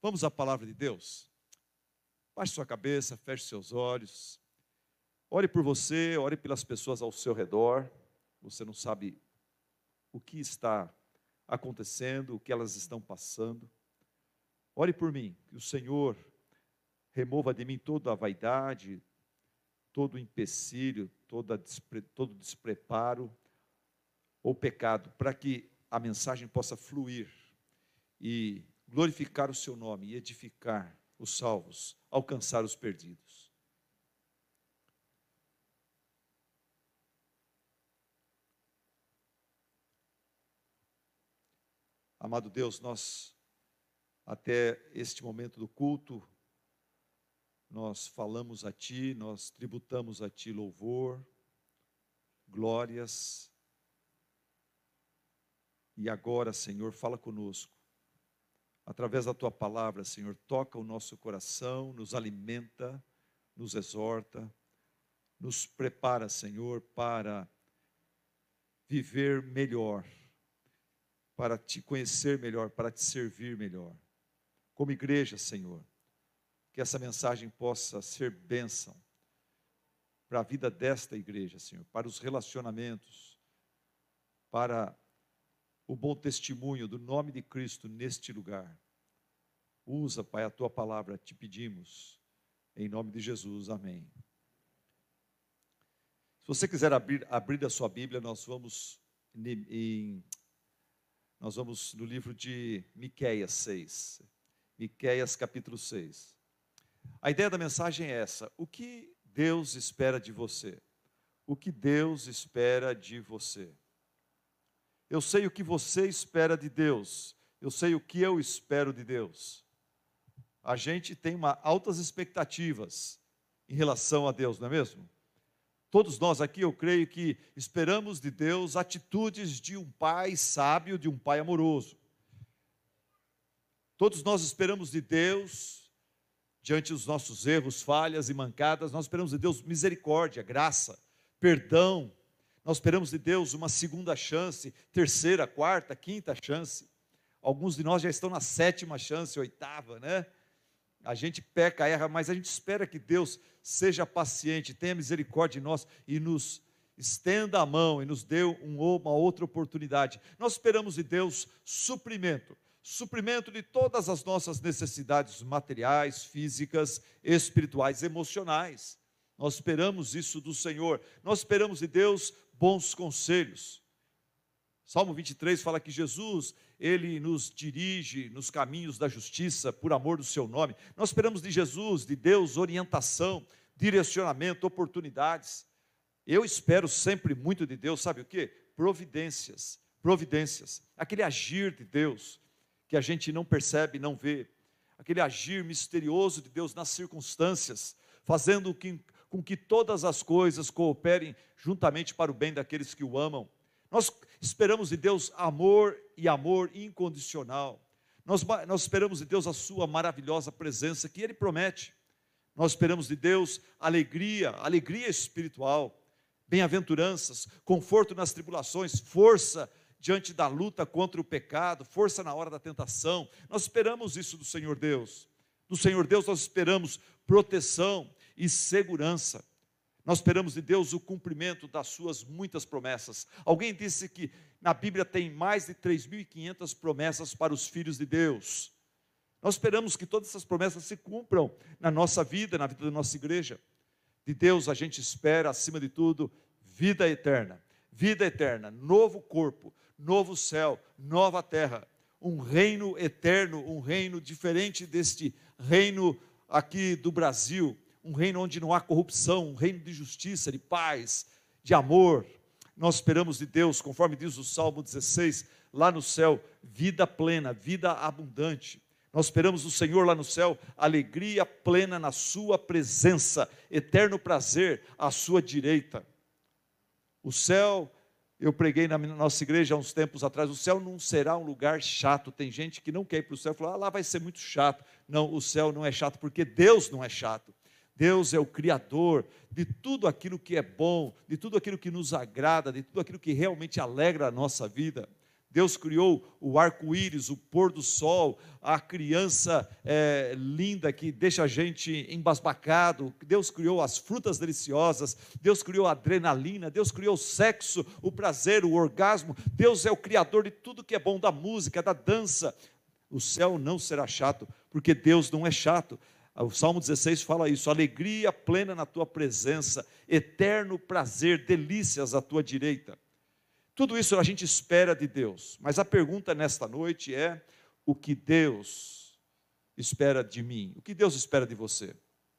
Vamos à palavra de Deus? Baixe sua cabeça, feche seus olhos. Ore por você, ore pelas pessoas ao seu redor. Você não sabe o que está acontecendo, o que elas estão passando. Ore por mim, que o Senhor remova de mim toda a vaidade, todo o empecilho, todo despreparo ou pecado, para que a mensagem possa fluir e glorificar o seu nome e edificar os salvos, alcançar os perdidos. Amado Deus, nós, até este momento do culto, nós falamos a Ti, nós tributamos a Ti louvor, glórias. E agora, Senhor, fala conosco. Através da Tua palavra, Senhor, toca o nosso coração, nos alimenta, nos exorta, nos prepara, Senhor, para viver melhor, para Te conhecer melhor, para Te servir melhor. Como igreja, Senhor, que essa mensagem possa ser bênção para a vida desta igreja, Senhor, para os relacionamentos, para o bom testemunho do nome de Cristo neste lugar. Usa, Pai, a Tua palavra, te pedimos, em nome de Jesus, amém. Se você quiser abrir a sua Bíblia, nós vamos no livro de Miqueias 6, Miqueias capítulo 6. A ideia da mensagem é essa: o que Deus espera de você? O que Deus espera de você? Eu sei o que você espera de Deus, eu sei o que eu espero de Deus. A gente tem altas expectativas em relação a Deus, não é mesmo? Todos nós aqui, eu creio que esperamos de Deus atitudes de um pai sábio, de um pai amoroso. Todos nós esperamos de Deus, diante dos nossos erros, falhas e mancadas, nós esperamos de Deus misericórdia, graça, perdão. Nós esperamos de Deus uma segunda chance, terceira, quarta, quinta chance. Alguns de nós já estão na sétima chance, oitava, né? A gente peca, erra, mas a gente espera que Deus seja paciente, tenha misericórdia de nós e nos estenda a mão e nos dê uma outra oportunidade. Nós esperamos de Deus suprimento de todas as nossas necessidades materiais, físicas, espirituais, emocionais. Nós esperamos isso do Senhor. Nós esperamos de Deus bons conselhos. Salmo 23 fala que Jesus, Ele nos dirige nos caminhos da justiça, por amor do seu nome. Nós esperamos de Jesus, de Deus, orientação, direcionamento, oportunidades. Eu espero sempre muito de Deus, sabe o quê? Providências, aquele agir de Deus, que a gente não percebe, não vê, aquele agir misterioso de Deus nas circunstâncias, fazendo com que todas as coisas cooperem juntamente para o bem daqueles que o amam. Nós esperamos de Deus amor e amor incondicional. Nós esperamos de Deus a sua maravilhosa presença que Ele promete. Nós esperamos de Deus alegria espiritual, bem-aventuranças, conforto nas tribulações, força diante da luta contra o pecado, força na hora da tentação. Nós esperamos isso do Senhor Deus. Do Senhor Deus nós esperamos proteção e segurança. Nós esperamos de Deus o cumprimento das suas muitas promessas. Alguém disse que na Bíblia tem mais de 3.500 promessas para os filhos de Deus. Nós esperamos que todas essas promessas se cumpram na nossa vida, na vida da nossa igreja. De Deus a gente espera, acima de tudo, vida eterna, novo corpo, novo céu, nova terra, um reino eterno, um reino diferente deste reino aqui do Brasil, um reino onde não há corrupção, um reino de justiça, de paz, de amor. Nós esperamos de Deus, conforme diz o Salmo 16, lá no céu, vida plena, vida abundante. Nós esperamos do Senhor lá no céu, alegria plena na sua presença, eterno prazer à sua direita. O céu, eu preguei na nossa igreja há uns tempos atrás, o céu não será um lugar chato. Tem gente que não quer ir para o céu e fala, lá vai ser muito chato. Não, o céu não é chato, porque Deus não é chato. Deus é o Criador de tudo aquilo que é bom, de tudo aquilo que nos agrada, de tudo aquilo que realmente alegra a nossa vida. Deus criou o arco-íris, o pôr do sol, a criança linda que deixa a gente embasbacado. Deus criou as frutas deliciosas, Deus criou a adrenalina, Deus criou o sexo, o prazer, o orgasmo. Deus é o criador de tudo que é bom, da música, da dança. O céu não será chato, porque Deus não é chato. O Salmo 16 fala isso: alegria plena na tua presença, eterno prazer, delícias à tua direita. Tudo isso a gente espera de Deus, mas a pergunta nesta noite é: o que Deus espera de mim? O que Deus espera de você?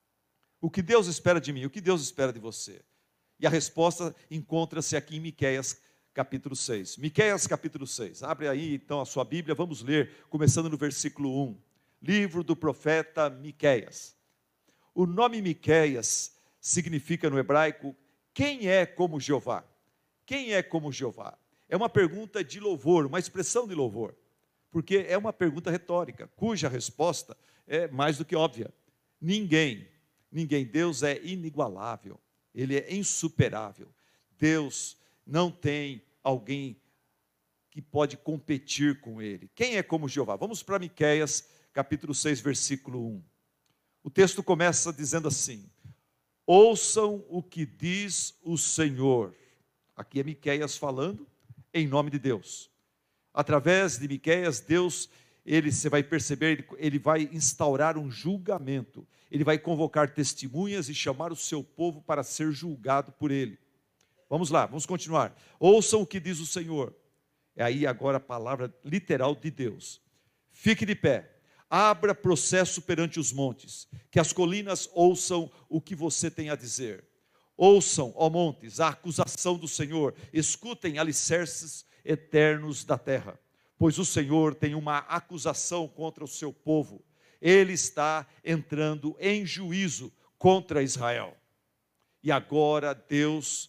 O que Deus espera de mim? O que Deus espera de você? E a resposta encontra-se aqui em Miqueias capítulo 6. Miqueias capítulo 6. Abre aí então a sua Bíblia, vamos ler, começando no versículo 1. Livro do profeta Miqueias. O nome Miqueias significa no hebraico: quem é como Jeová? Quem é como Jeová? É uma pergunta de louvor, uma expressão de louvor, porque é uma pergunta retórica, cuja resposta é mais do que óbvia. Ninguém. Deus é inigualável, Ele é insuperável. Deus não tem alguém que pode competir com Ele. Quem é como Jeová? Vamos para Miqueias, capítulo 6, versículo 1. O texto começa dizendo assim: ouçam o que diz o Senhor. Aqui é Miqueias falando em nome de Deus. Através de Miqueias, Deus, você vai perceber, ele vai instaurar um julgamento. Ele vai convocar testemunhas e chamar o seu povo para ser julgado por ele. Vamos lá, vamos continuar. Ouçam o que diz o Senhor. É aí agora a palavra literal de Deus. Fique de pé, abra processo perante os montes, que as colinas ouçam o que você tem a dizer. Ouçam, ó montes, a acusação do Senhor, escutem, alicerces eternos da terra, pois o Senhor tem uma acusação contra o seu povo. Ele está entrando em juízo contra Israel. E agora Deus,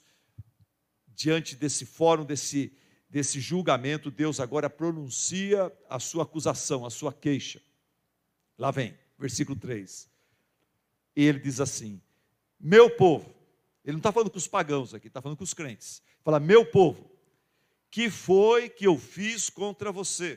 diante desse fórum, desse julgamento, Deus agora pronuncia a sua acusação, a sua queixa. Lá vem, versículo 3. Ele diz assim: meu povo, ele não está falando com os pagãos aqui, está falando com os crentes. Fala: meu povo, que foi que eu fiz contra você?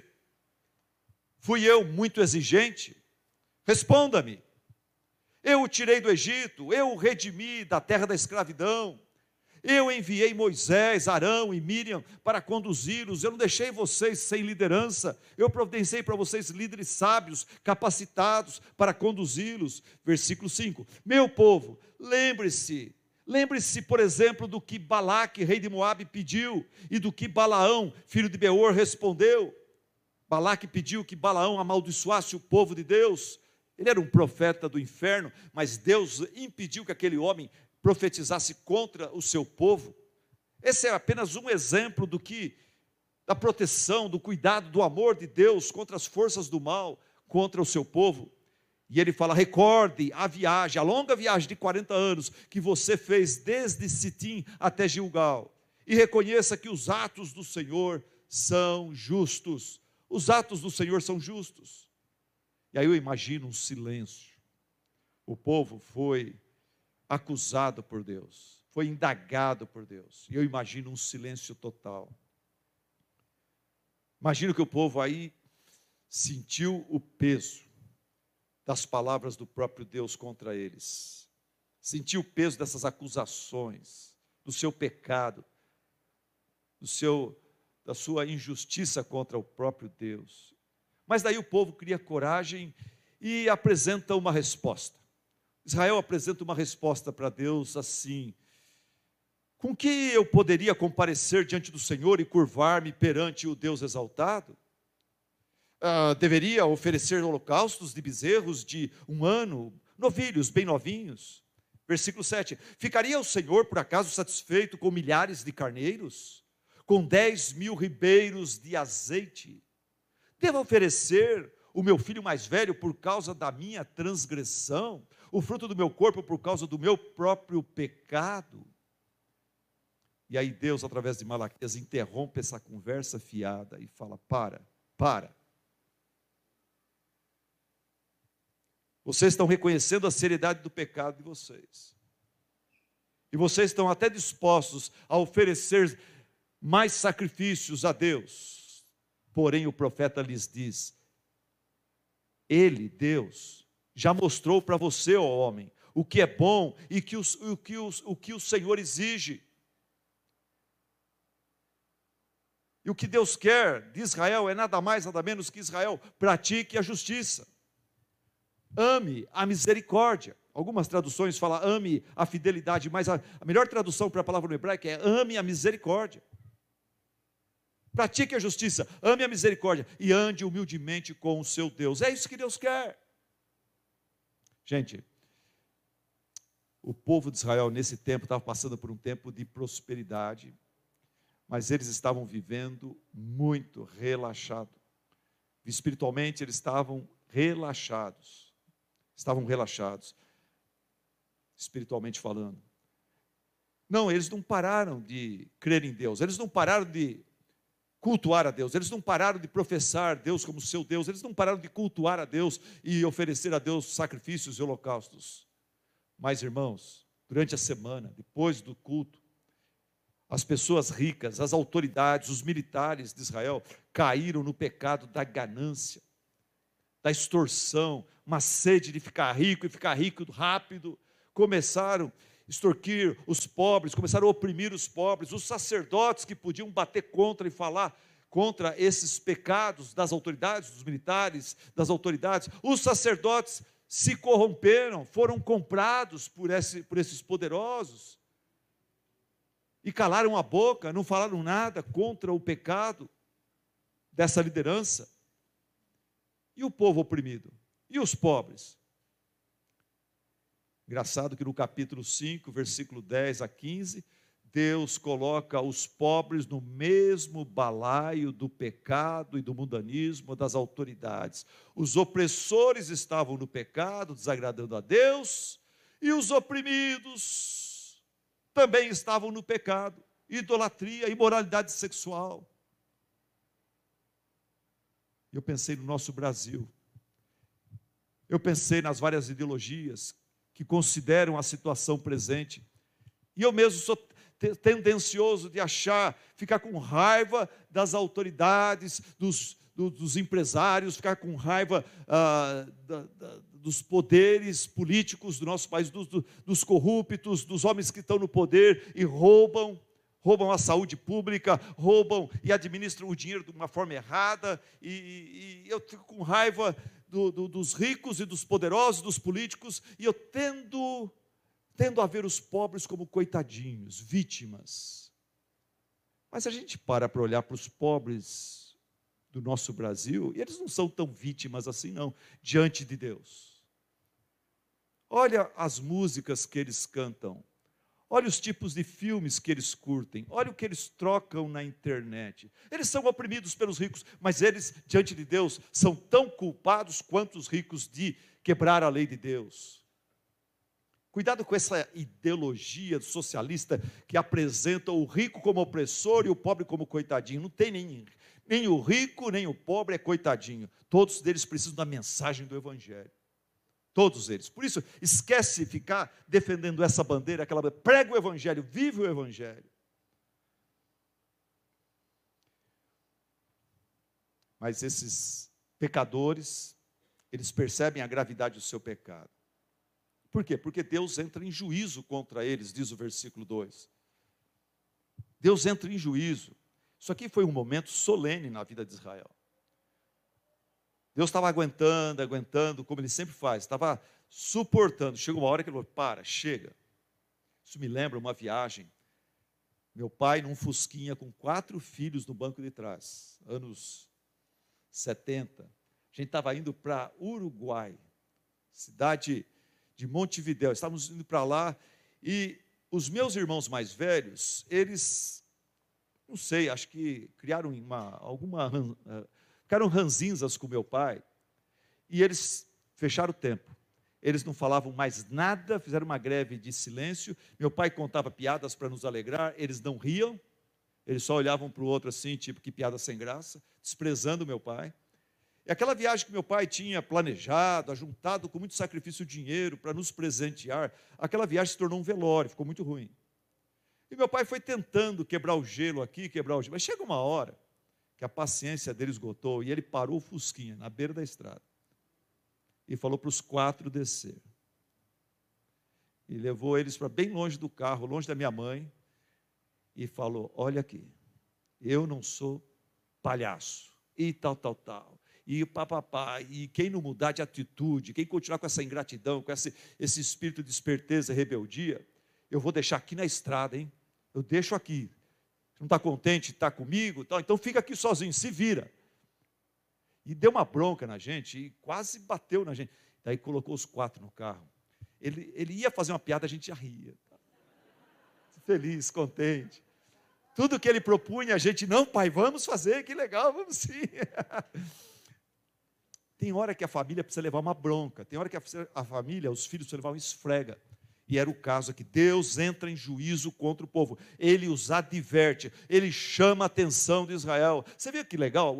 Fui eu muito exigente? Responda-me. Eu o tirei do Egito, eu o redimi da terra da escravidão. Eu enviei Moisés, Arão e Míriam para conduzi-los. Eu não deixei vocês sem liderança. Eu providenciei para vocês líderes sábios, capacitados para conduzi-los. Versículo 5. Meu povo, lembre-se, por exemplo, do que Balaque, rei de Moabe, pediu e do que Balaão, filho de Beor, respondeu. Balaque pediu que Balaão amaldiçoasse o povo de Deus. Ele era um profeta do inferno, mas Deus impediu que aquele homem profetizasse contra o seu povo. Esse é apenas um exemplo da proteção, do cuidado, do amor de Deus contra as forças do mal, contra o seu povo. E ele fala: recorde a longa viagem de 40 anos que você fez desde Sitim até Gilgal, e reconheça que os atos do Senhor são justos. Os atos do Senhor são justos. E aí eu imagino um silêncio. O povo foi acusado por Deus, foi indagado por Deus, e eu imagino um silêncio total. Imagino que o povo aí sentiu o peso das palavras do próprio Deus contra eles, sentiu o peso dessas acusações, do seu pecado, da sua injustiça contra o próprio Deus. Mas daí o povo cria coragem e apresenta uma resposta. Israel apresenta uma resposta para Deus assim: com que eu poderia comparecer diante do Senhor e curvar-me perante o Deus exaltado? Deveria oferecer holocaustos de bezerros de 1 ano, novilhos bem novinhos? Versículo 7, ficaria o Senhor por acaso satisfeito com milhares de carneiros? Com 10.000 ribeiros de azeite? Devo oferecer o meu filho mais velho por causa da minha transgressão, o fruto do meu corpo por causa do meu próprio pecado? E aí Deus, através de Malaquias, interrompe essa conversa fiada e fala: para. Vocês estão reconhecendo a seriedade do pecado de vocês, e vocês estão até dispostos a oferecer mais sacrifícios a Deus, Porém o profeta lhes diz: Ele, Deus, já mostrou para você, ó homem, o que é bom e o que o Senhor exige. E o que Deus quer de Israel é nada mais, nada menos que Israel pratique a justiça. Ame a misericórdia. Algumas traduções falam ame a fidelidade, mas a melhor tradução para a palavra no hebraico é ame a misericórdia. Pratique a justiça, ame a misericórdia e ande humildemente com o seu Deus. É isso que Deus quer. Gente, o povo de Israel nesse tempo estava passando por um tempo de prosperidade, mas eles estavam vivendo muito relaxado. Espiritualmente eles estavam relaxados. Espiritualmente falando. Não, eles não pararam de crer em Deus, eles não pararam de cultuar a Deus, eles não pararam de professar Deus como seu Deus, eles não pararam de cultuar a Deus e oferecer a Deus sacrifícios e holocaustos. Mas, irmãos, durante a semana, depois do culto, as pessoas ricas, as autoridades, os militares de Israel caíram no pecado da ganância, da extorsão, uma sede de ficar rico e ficar rico rápido. Começaram a extorquir os pobres, começaram a oprimir os pobres, os sacerdotes que podiam bater contra e falar contra esses pecados das autoridades, dos militares, das autoridades. Os sacerdotes se corromperam, foram comprados por esses poderosos e calaram a boca, não falaram nada contra o pecado dessa liderança. E o povo oprimido? E os pobres? Engraçado que no capítulo 5, versículo 10 a 15, Deus coloca os pobres no mesmo balaio do pecado e do mundanismo das autoridades. Os opressores estavam no pecado, desagradando a Deus, e os oprimidos também estavam no pecado, idolatria, imoralidade sexual. Eu pensei no nosso Brasil, eu pensei nas várias ideologias que consideram a situação presente, e eu mesmo sou tendencioso de ficar com raiva das autoridades, dos empresários, ficar com raiva dos poderes políticos do nosso país, dos corruptos, dos homens que estão no poder e roubam a saúde pública, roubam e administram o dinheiro de uma forma errada, e eu fico com raiva dos ricos e dos poderosos, dos políticos, e eu tendo a ver os pobres como coitadinhos, vítimas. Mas a gente para olhar para os pobres do nosso Brasil, e eles não são tão vítimas assim não, diante de Deus. Olha as músicas que eles cantam, olha os tipos de filmes que eles curtem, olha o que eles trocam na internet. Eles são oprimidos pelos ricos, mas eles, diante de Deus, são tão culpados quanto os ricos de quebrar a lei de Deus. Cuidado com essa ideologia socialista que apresenta o rico como opressor e o pobre como coitadinho. Não tem nem o rico, nem o pobre é coitadinho. Todos eles precisam da mensagem do Evangelho. Todos eles. Por isso, esquece ficar defendendo essa bandeira, prega o Evangelho, vive o Evangelho. Mas esses pecadores, eles percebem a gravidade do seu pecado. Por quê? Porque Deus entra em juízo contra eles, diz o versículo 2. Deus entra em juízo. Isso aqui foi um momento solene na vida de Israel. Deus estava aguentando, como Ele sempre faz, estava suportando. Chegou uma hora que Ele falou, chega. Isso me lembra uma viagem. Meu pai num fusquinha com 4 filhos no banco de trás, anos 70. A gente estava indo para Uruguai, cidade de Montevidéu. Estávamos indo para lá e os meus irmãos mais velhos, eles, não sei, acho que criaram ficaram ranzinzas com meu pai, e eles fecharam o tempo. Eles não falavam mais nada, fizeram uma greve de silêncio. Meu pai contava piadas para nos alegrar, eles não riam, eles só olhavam para o outro assim, tipo, que piada sem graça, desprezando meu pai. E aquela viagem que meu pai tinha planejado, ajuntado com muito sacrifício dinheiro para nos presentear, aquela viagem se tornou um velório, ficou muito ruim. E meu pai foi tentando quebrar o gelo aqui, mas chega uma hora que a paciência dele esgotou, e ele parou o fusquinha na beira da estrada e falou para os 4 descer. E levou eles para bem longe do carro, longe da minha mãe, e falou: olha aqui, eu não sou palhaço, e tal, e papapá, e quem não mudar de atitude, quem continuar com essa ingratidão, com esse espírito de esperteza e rebeldia, eu vou deixar aqui na estrada, hein? Eu deixo aqui. Não está contente, está comigo, tal, então fica aqui sozinho, se vira. E deu uma bronca na gente, e quase bateu na gente. Daí colocou os 4 no carro. Ele ia fazer uma piada, a gente já ria. Feliz, contente. Tudo que ele propunha, a gente, não, pai, vamos fazer, que legal, vamos sim. Tem hora que a família precisa levar uma bronca, tem hora que a família, os filhos precisam levar uma esfrega. E era o caso aqui. Deus entra em juízo contra o povo. Ele os adverte, ele chama a atenção de Israel. Você vê que legal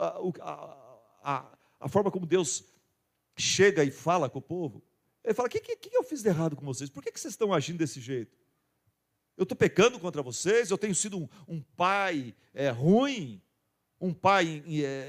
a forma como Deus chega e fala com o povo? Ele fala: o que eu fiz de errado com vocês? Por que vocês estão agindo desse jeito? Eu estou pecando contra vocês? Eu tenho sido um pai ruim? Um pai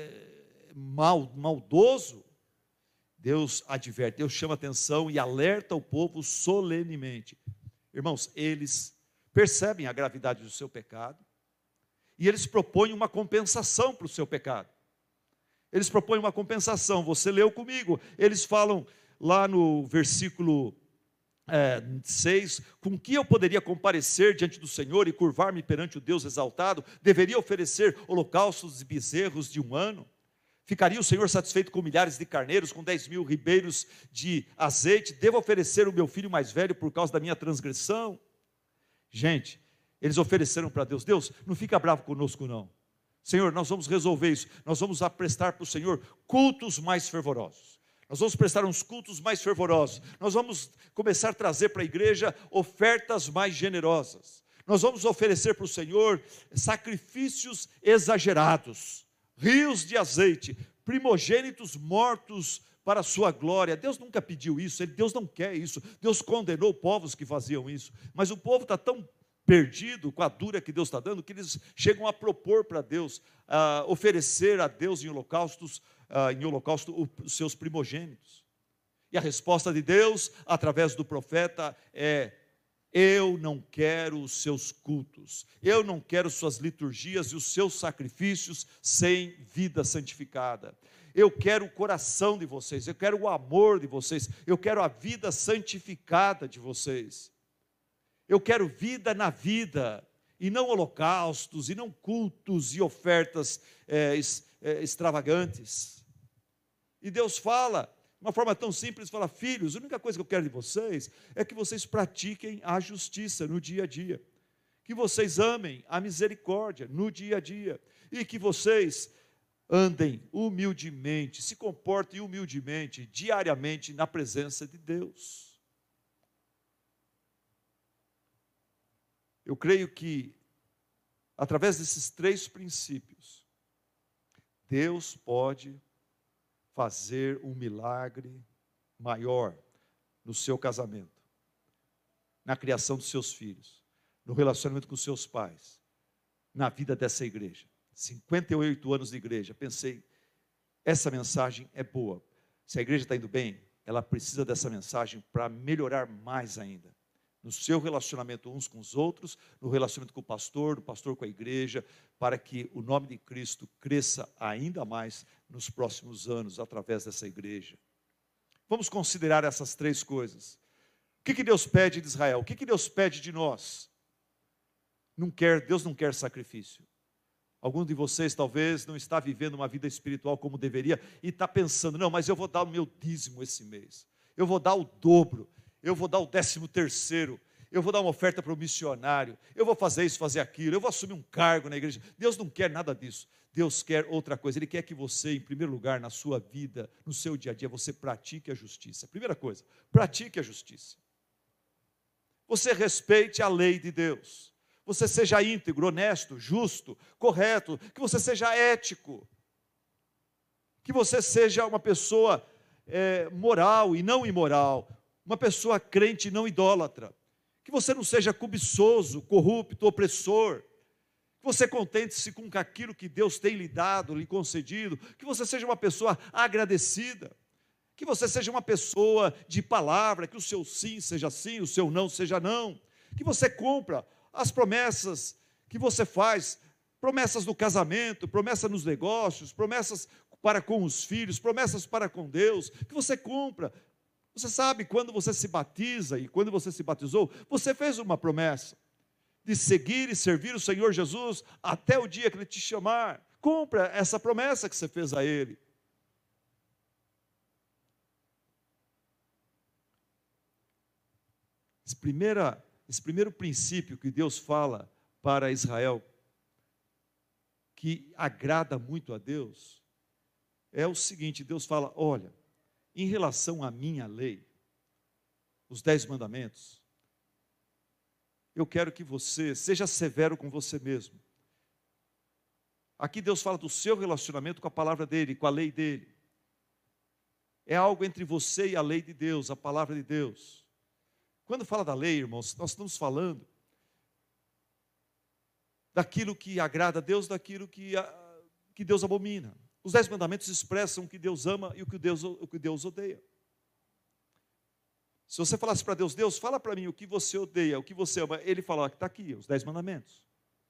maldoso? Deus adverte, Deus chama atenção e alerta o povo solenemente. Irmãos, eles percebem a gravidade do seu pecado e eles propõem uma compensação para o seu pecado. Eles propõem uma compensação, você leu comigo. Eles falam lá no versículo 6, com que eu poderia comparecer diante do Senhor e curvar-me perante o Deus exaltado? Deveria oferecer holocaustos e bezerros de 1 ano? Ficaria o Senhor satisfeito com milhares de carneiros, com 10.000 ribeiros de azeite? Devo oferecer o meu filho mais velho por causa da minha transgressão? Gente, eles ofereceram para Deus. Deus, não fica bravo conosco não. Senhor, nós vamos resolver isso. Nós vamos prestar para o Senhor cultos mais fervorosos. Nós vamos prestar uns cultos mais fervorosos. Nós vamos começar a trazer para a igreja ofertas mais generosas. Nós vamos oferecer para o Senhor sacrifícios exagerados, rios de azeite, primogênitos mortos para a sua glória. Deus nunca pediu isso, Deus não quer isso. Deus condenou povos que faziam isso, mas o povo está tão perdido com a dura que Deus está dando, que eles chegam a propor para Deus, oferecer a Deus em holocausto os seus primogênitos. E a resposta de Deus, através do profeta, é: eu não quero os seus cultos, eu não quero suas liturgias e os seus sacrifícios sem vida santificada. Eu quero o coração de vocês, eu quero o amor de vocês, eu quero a vida santificada de vocês. Eu quero vida na vida, e não holocaustos, e não cultos e ofertas extravagantes. E Deus fala, de uma forma tão simples, fala: filhos, a única coisa que eu quero de vocês é que vocês pratiquem a justiça no dia a dia, que vocês amem a misericórdia no dia a dia, e que vocês andem humildemente, se comportem humildemente, diariamente na presença de Deus. Eu creio que, através desses 3 princípios, Deus pode fazer um milagre maior no seu casamento, na criação dos seus filhos, no relacionamento com os seus pais, na vida dessa igreja. 58 anos de igreja, pensei, essa mensagem é boa. Se a igreja está indo bem, ela precisa dessa mensagem para melhorar mais ainda. No seu relacionamento uns com os outros, no relacionamento com o pastor, do pastor com a igreja, para que o nome de Cristo cresça ainda mais nos próximos anos, através dessa igreja. Vamos considerar essas 3 coisas. O que Deus pede de Israel? O que Deus pede de nós? Deus não quer sacrifício. Algum de vocês talvez não está vivendo uma vida espiritual como deveria, e está pensando: não, mas eu vou dar o meu dízimo esse mês, eu vou dar o dobro, eu vou dar o 13º, eu vou dar uma oferta para o missionário, eu vou fazer isso, fazer aquilo, eu vou assumir um cargo na igreja. Deus não quer nada disso. Deus quer outra coisa. Ele quer que você, em primeiro lugar, na sua vida, no seu dia a dia, você pratique a justiça. Primeira coisa, pratique a justiça. Você respeite a lei de Deus. Você seja íntegro, honesto, justo, correto, que você seja ético, que você seja uma pessoa moral e não imoral, uma pessoa crente e não idólatra, que você não seja cobiçoso, corrupto, opressor, que você contente-se com aquilo que Deus tem lhe dado, lhe concedido, que você seja uma pessoa agradecida, que você seja uma pessoa de palavra, que o seu sim seja sim, o seu não seja não, que você cumpra as promessas que você faz, promessas no casamento, promessas nos negócios, promessas para com os filhos, promessas para com Deus, que você cumpra. Você sabe, quando você se batiza e quando você se batizou, você fez uma promessa de seguir e servir o Senhor Jesus até o dia que Ele te chamar. Cumpra essa promessa que você fez a Ele. Esse primeiro princípio que Deus fala para Israel, que agrada muito a Deus, é o seguinte: Deus fala, olha, em relação à minha lei, os 10 mandamentos, eu quero que você seja severo com você mesmo. Aqui Deus fala do seu relacionamento com a palavra dEle, com a lei dEle. É algo entre você e a lei de Deus, a palavra de Deus. Quando fala da lei, irmãos, nós estamos falando daquilo que agrada a Deus, daquilo que Deus abomina. Os 10 mandamentos expressam o que Deus ama e o que Deus odeia. Se você falasse para Deus, Deus, fala para mim o que você odeia, o que você ama, Ele fala, está aqui, os 10 mandamentos.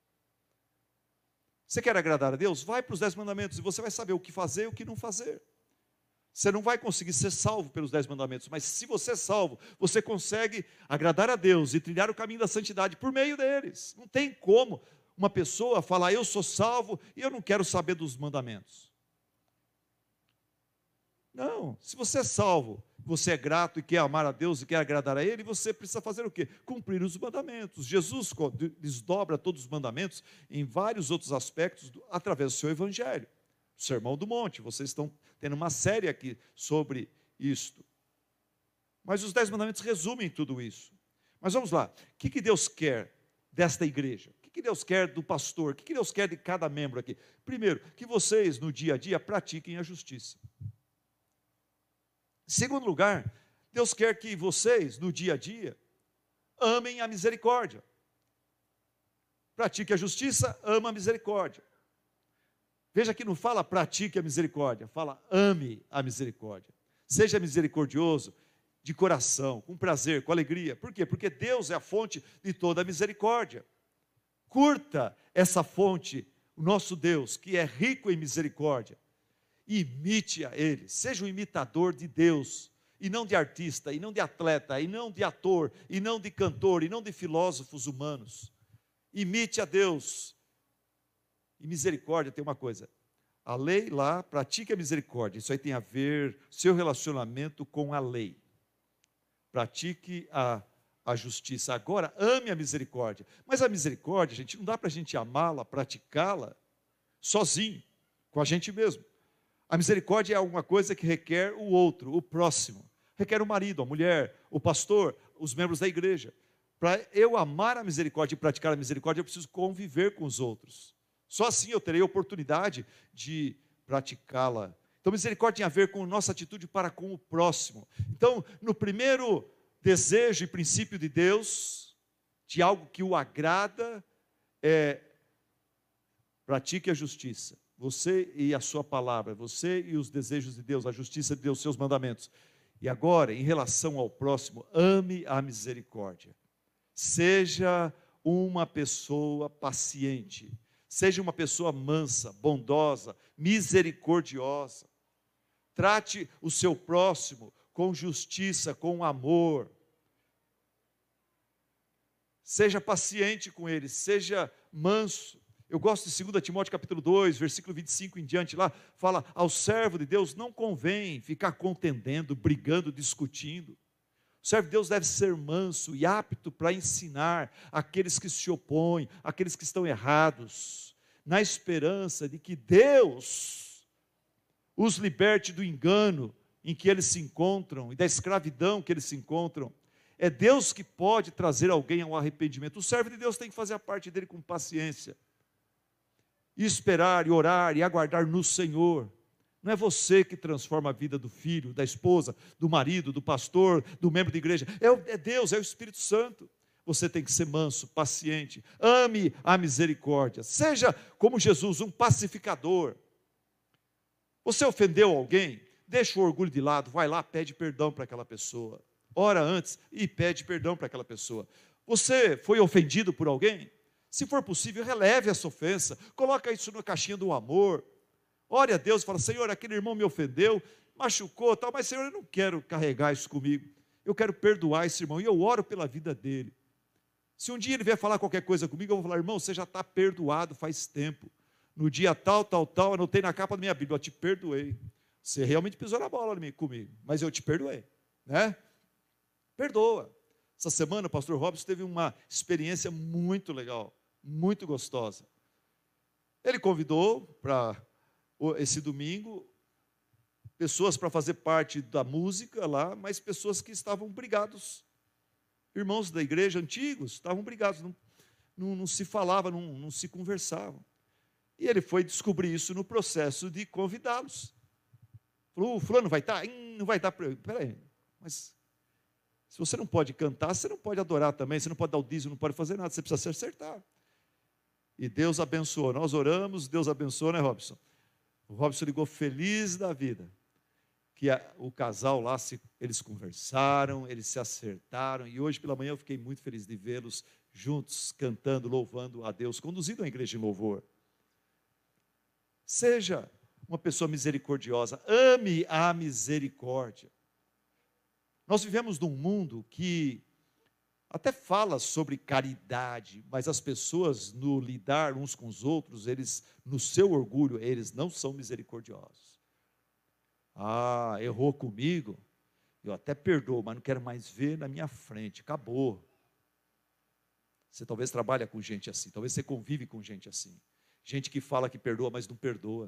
Você quer agradar a Deus? Vai para os 10 mandamentos e você vai saber o que fazer e o que não fazer. Você não vai conseguir ser salvo pelos 10 mandamentos, mas se você é salvo, você consegue agradar a Deus e trilhar o caminho da santidade por meio deles. Não tem como uma pessoa falar, eu sou salvo e eu não quero saber dos mandamentos. Não, se você é salvo, você é grato e quer amar a Deus e quer agradar a Ele, você precisa fazer o quê? Cumprir os mandamentos. Jesus desdobra todos os mandamentos em vários outros aspectos através do seu Evangelho. O Sermão do Monte, vocês estão tendo uma série aqui sobre isto. Mas os 10 mandamentos resumem tudo isso. Mas vamos lá, o que Deus quer desta igreja? O que Deus quer do pastor? O que Deus quer de cada membro aqui? Primeiro, que vocês no dia a dia pratiquem a justiça. Em segundo lugar, Deus quer que vocês, no dia a dia, amem a misericórdia. Pratique a justiça, ama a misericórdia. Veja que não fala pratique a misericórdia, fala ame a misericórdia. Seja misericordioso de coração, com prazer, com alegria. Por quê? Porque Deus é a fonte de toda a misericórdia. Curta essa fonte, o nosso Deus, que é rico em misericórdia. Imite a Ele, seja um imitador de Deus, e não de artista, e não de atleta, e não de ator, e não de cantor, e não de filósofos humanos. Imite a Deus. E misericórdia tem uma coisa, a lei lá, pratique a misericórdia, isso aí tem a ver, seu relacionamento com a lei. Pratique a justiça. Agora, ame a misericórdia. Mas a misericórdia, gente, não dá para a gente amá-la, praticá-la, sozinho, com a gente mesmo. A misericórdia é alguma coisa que requer o outro, o próximo. Requer o marido, a mulher, o pastor, os membros da igreja. Para eu amar a misericórdia e praticar a misericórdia, eu preciso conviver com os outros. Só assim eu terei a oportunidade de praticá-la. Então, misericórdia tem a ver com nossa atitude para com o próximo. Então, no primeiro desejo e princípio de Deus, de algo que o agrada, pratique a justiça. Você e a sua palavra, você e os desejos de Deus, a justiça de Deus, seus mandamentos. E agora, em relação ao próximo, ame a misericórdia. Seja uma pessoa paciente. Seja uma pessoa mansa, bondosa, misericordiosa. Trate o seu próximo com justiça, com amor. Seja paciente com ele, seja manso. Eu gosto de 2 Timóteo capítulo 2, versículo 25 em diante, lá fala, ao servo de Deus não convém ficar contendendo, brigando, discutindo. O servo de Deus deve ser manso e apto para ensinar aqueles que se opõem, aqueles que estão errados, na esperança de que Deus os liberte do engano em que eles se encontram e da escravidão que eles se encontram. É Deus que pode trazer alguém ao arrependimento. O servo de Deus tem que fazer a parte dele com paciência. E esperar, e orar, e aguardar no Senhor. Não é você que transforma a vida do filho, da esposa, do marido, do pastor, do membro da igreja. É Deus, é o Espírito Santo. Você tem que ser manso, paciente. Ame a misericórdia. Seja como Jesus, um pacificador. Você ofendeu alguém? Deixa o orgulho de lado, vai lá, pede perdão para aquela pessoa. Ora antes e pede perdão para aquela pessoa. Você foi ofendido por alguém? Se for possível, releve essa ofensa. Coloca isso na caixinha do amor. Ore a Deus e fala: Senhor, aquele irmão me ofendeu, machucou, tal, mas Senhor, eu não quero carregar isso comigo. Eu quero perdoar esse irmão e eu oro pela vida dele. Se um dia ele vier falar qualquer coisa comigo, eu vou falar: irmão, você já está perdoado faz tempo. No dia tal, anotei na capa da minha Bíblia: eu te perdoei. Você realmente pisou na bola comigo, mas eu te perdoei, né? Perdoa. Essa semana o pastor Robson teve uma experiência muito legal, muito gostosa. Ele convidou para esse domingo pessoas para fazer parte da música lá, mas pessoas que estavam brigados. Irmãos da igreja antigos estavam brigados, não se falavam, não se conversavam. E ele foi descobrir isso no processo de convidá-los. Falou: o fulano vai estar? Não vai estar. Peraí, mas se você não pode cantar, você não pode adorar também, você não pode dar o dízimo, não pode fazer nada, você precisa se acertar. E Deus abençoou. Nós oramos, Deus abençoou, né, Robson? O Robson ligou feliz da vida, que o casal lá, eles conversaram, eles se acertaram, e hoje pela manhã eu fiquei muito feliz de vê-los juntos, cantando, louvando a Deus, conduzindo a igreja em louvor. Seja uma pessoa misericordiosa, ame a misericórdia. Nós vivemos num mundo que até fala sobre caridade, mas as pessoas, no lidar uns com os outros, eles, no seu orgulho, eles não são misericordiosos. Ah, errou comigo, eu até perdoo, mas não quero mais ver na minha frente, acabou. Você talvez trabalhe com gente assim, talvez você convive com gente assim. Gente que fala que perdoa, mas não perdoa.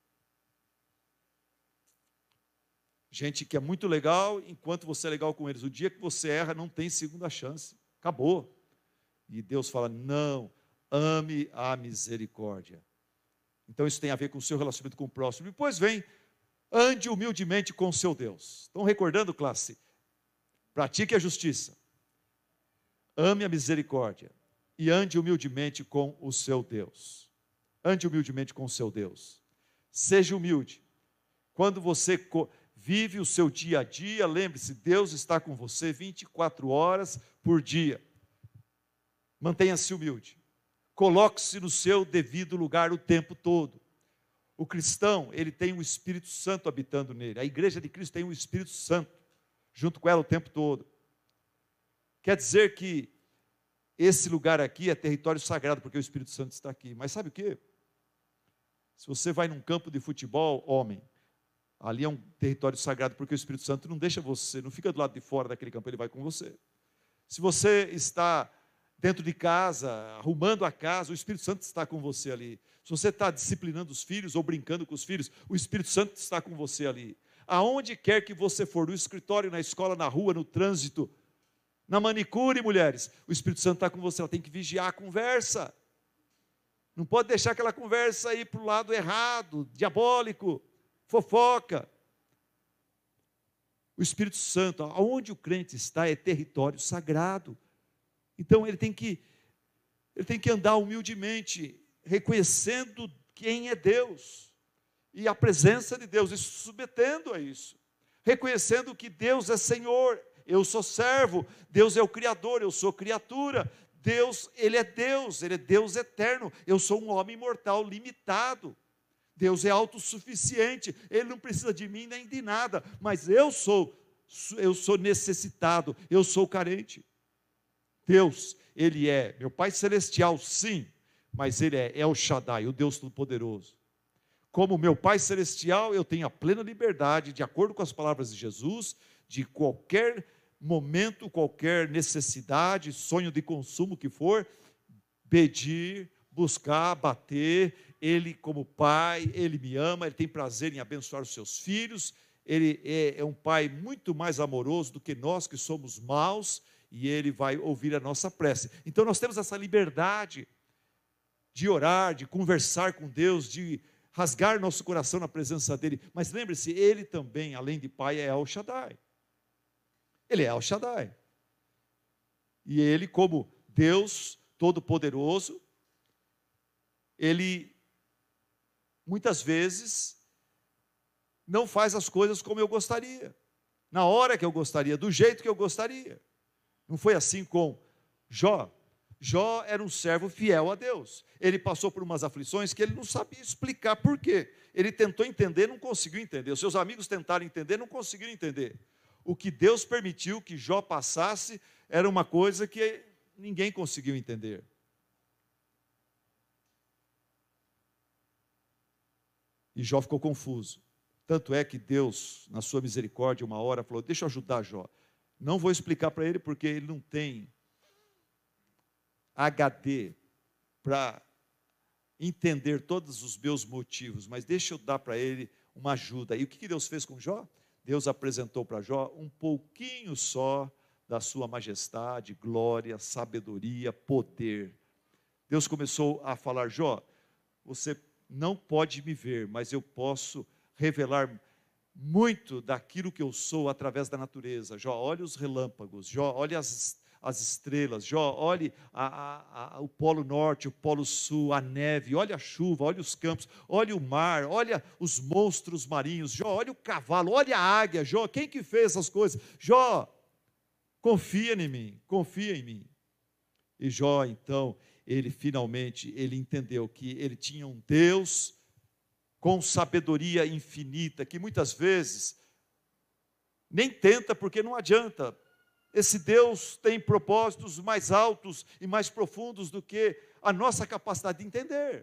Gente que é muito legal, enquanto você é legal com eles. O dia que você erra, não tem segunda chance. Acabou. E Deus fala: não, ame a misericórdia. Então isso tem a ver com o seu relacionamento com o próximo. Depois vem: ande humildemente com o seu Deus. Estão recordando, classe? Pratique a justiça. Ame a misericórdia. E ande humildemente com o seu Deus. Ande humildemente com o seu Deus. Seja humilde. Quando você vive o seu dia a dia, lembre-se, Deus está com você 24 horas por dia. Mantenha-se humilde. Coloque-se no seu devido lugar o tempo todo. O cristão, ele tem o Espírito Santo habitando nele. A igreja de Cristo tem o Espírito Santo junto com ela o tempo todo. Quer dizer que esse lugar aqui é território sagrado, porque o Espírito Santo está aqui. Mas sabe o quê? Se você vai num campo de futebol, homem, ali é um território sagrado, porque o Espírito Santo não deixa você, não fica do lado de fora daquele campo, ele vai com você. Se você está dentro de casa, arrumando a casa, o Espírito Santo está com você ali. Se você está disciplinando os filhos ou brincando com os filhos, o Espírito Santo está com você ali. Aonde quer que você for, no escritório, na escola, na rua, no trânsito, na manicure, mulheres, o Espírito Santo está com você. Ela tem que vigiar a conversa. Não pode deixar aquela conversa ir para o lado errado, diabólico, fofoca. O Espírito Santo, aonde o crente está, é território sagrado. Então ele tem que andar humildemente, reconhecendo quem é Deus e a presença de Deus, e se submetendo a isso, reconhecendo que Deus é Senhor, eu sou servo, Deus é o Criador, eu sou criatura. Deus, Ele é Deus eterno, eu sou um homem mortal limitado. Deus é autossuficiente, Ele não precisa de mim nem de nada, mas eu sou necessitado, eu sou carente. Deus, Ele é meu Pai Celestial, sim, mas Ele é El Shaddai, o Deus Todo-Poderoso. Como meu Pai Celestial, eu tenho a plena liberdade, de acordo com as palavras de Jesus, de qualquer momento, qualquer necessidade, sonho de consumo que for, pedir, buscar, bater. Ele, como pai, Ele me ama, Ele tem prazer em abençoar os seus filhos, Ele é um pai muito mais amoroso do que nós que somos maus, e Ele vai ouvir a nossa prece. Então nós temos essa liberdade de orar, de conversar com Deus, de rasgar nosso coração na presença dEle, mas lembre-se, Ele também, além de pai, é El Shaddai. Ele é El Shaddai. E ele, como Deus Todo-Poderoso, ele muitas vezes não faz as coisas como eu gostaria, na hora que eu gostaria, do jeito que eu gostaria. Não foi assim com Jó. Jó era um servo fiel a Deus. Ele passou por umas aflições que ele não sabia explicar por quê. Ele tentou entender, não conseguiu entender. Os seus amigos tentaram entender, não conseguiram entender. O que Deus permitiu que Jó passasse era uma coisa que ninguém conseguiu entender. E Jó ficou confuso. Tanto é que Deus, na sua misericórdia, uma hora falou: deixa eu ajudar Jó. Não vou explicar para ele porque ele não tem HD para entender todos os meus motivos, mas deixa eu dar para ele uma ajuda. E o que Deus fez com Jó? Deus apresentou para Jó um pouquinho só da sua majestade, glória, sabedoria, poder. Deus começou a falar: Jó, você não pode me ver, mas eu posso revelar muito daquilo que eu sou através da natureza. Jó, olhe os relâmpagos. Jó, olhe as estrelas. Jó, olhe o polo norte, o polo sul, a neve, olhe a chuva, olhe os campos, olhe o mar, olhe os monstros marinhos. Jó, olhe o cavalo, olhe a águia. Jó, quem que fez essas coisas? Jó, confia em mim, confia em mim. E Jó, então, ele finalmente, ele entendeu que ele tinha um Deus com sabedoria infinita, que muitas vezes nem tenta porque não adianta. Esse Deus tem propósitos mais altos e mais profundos do que a nossa capacidade de entender.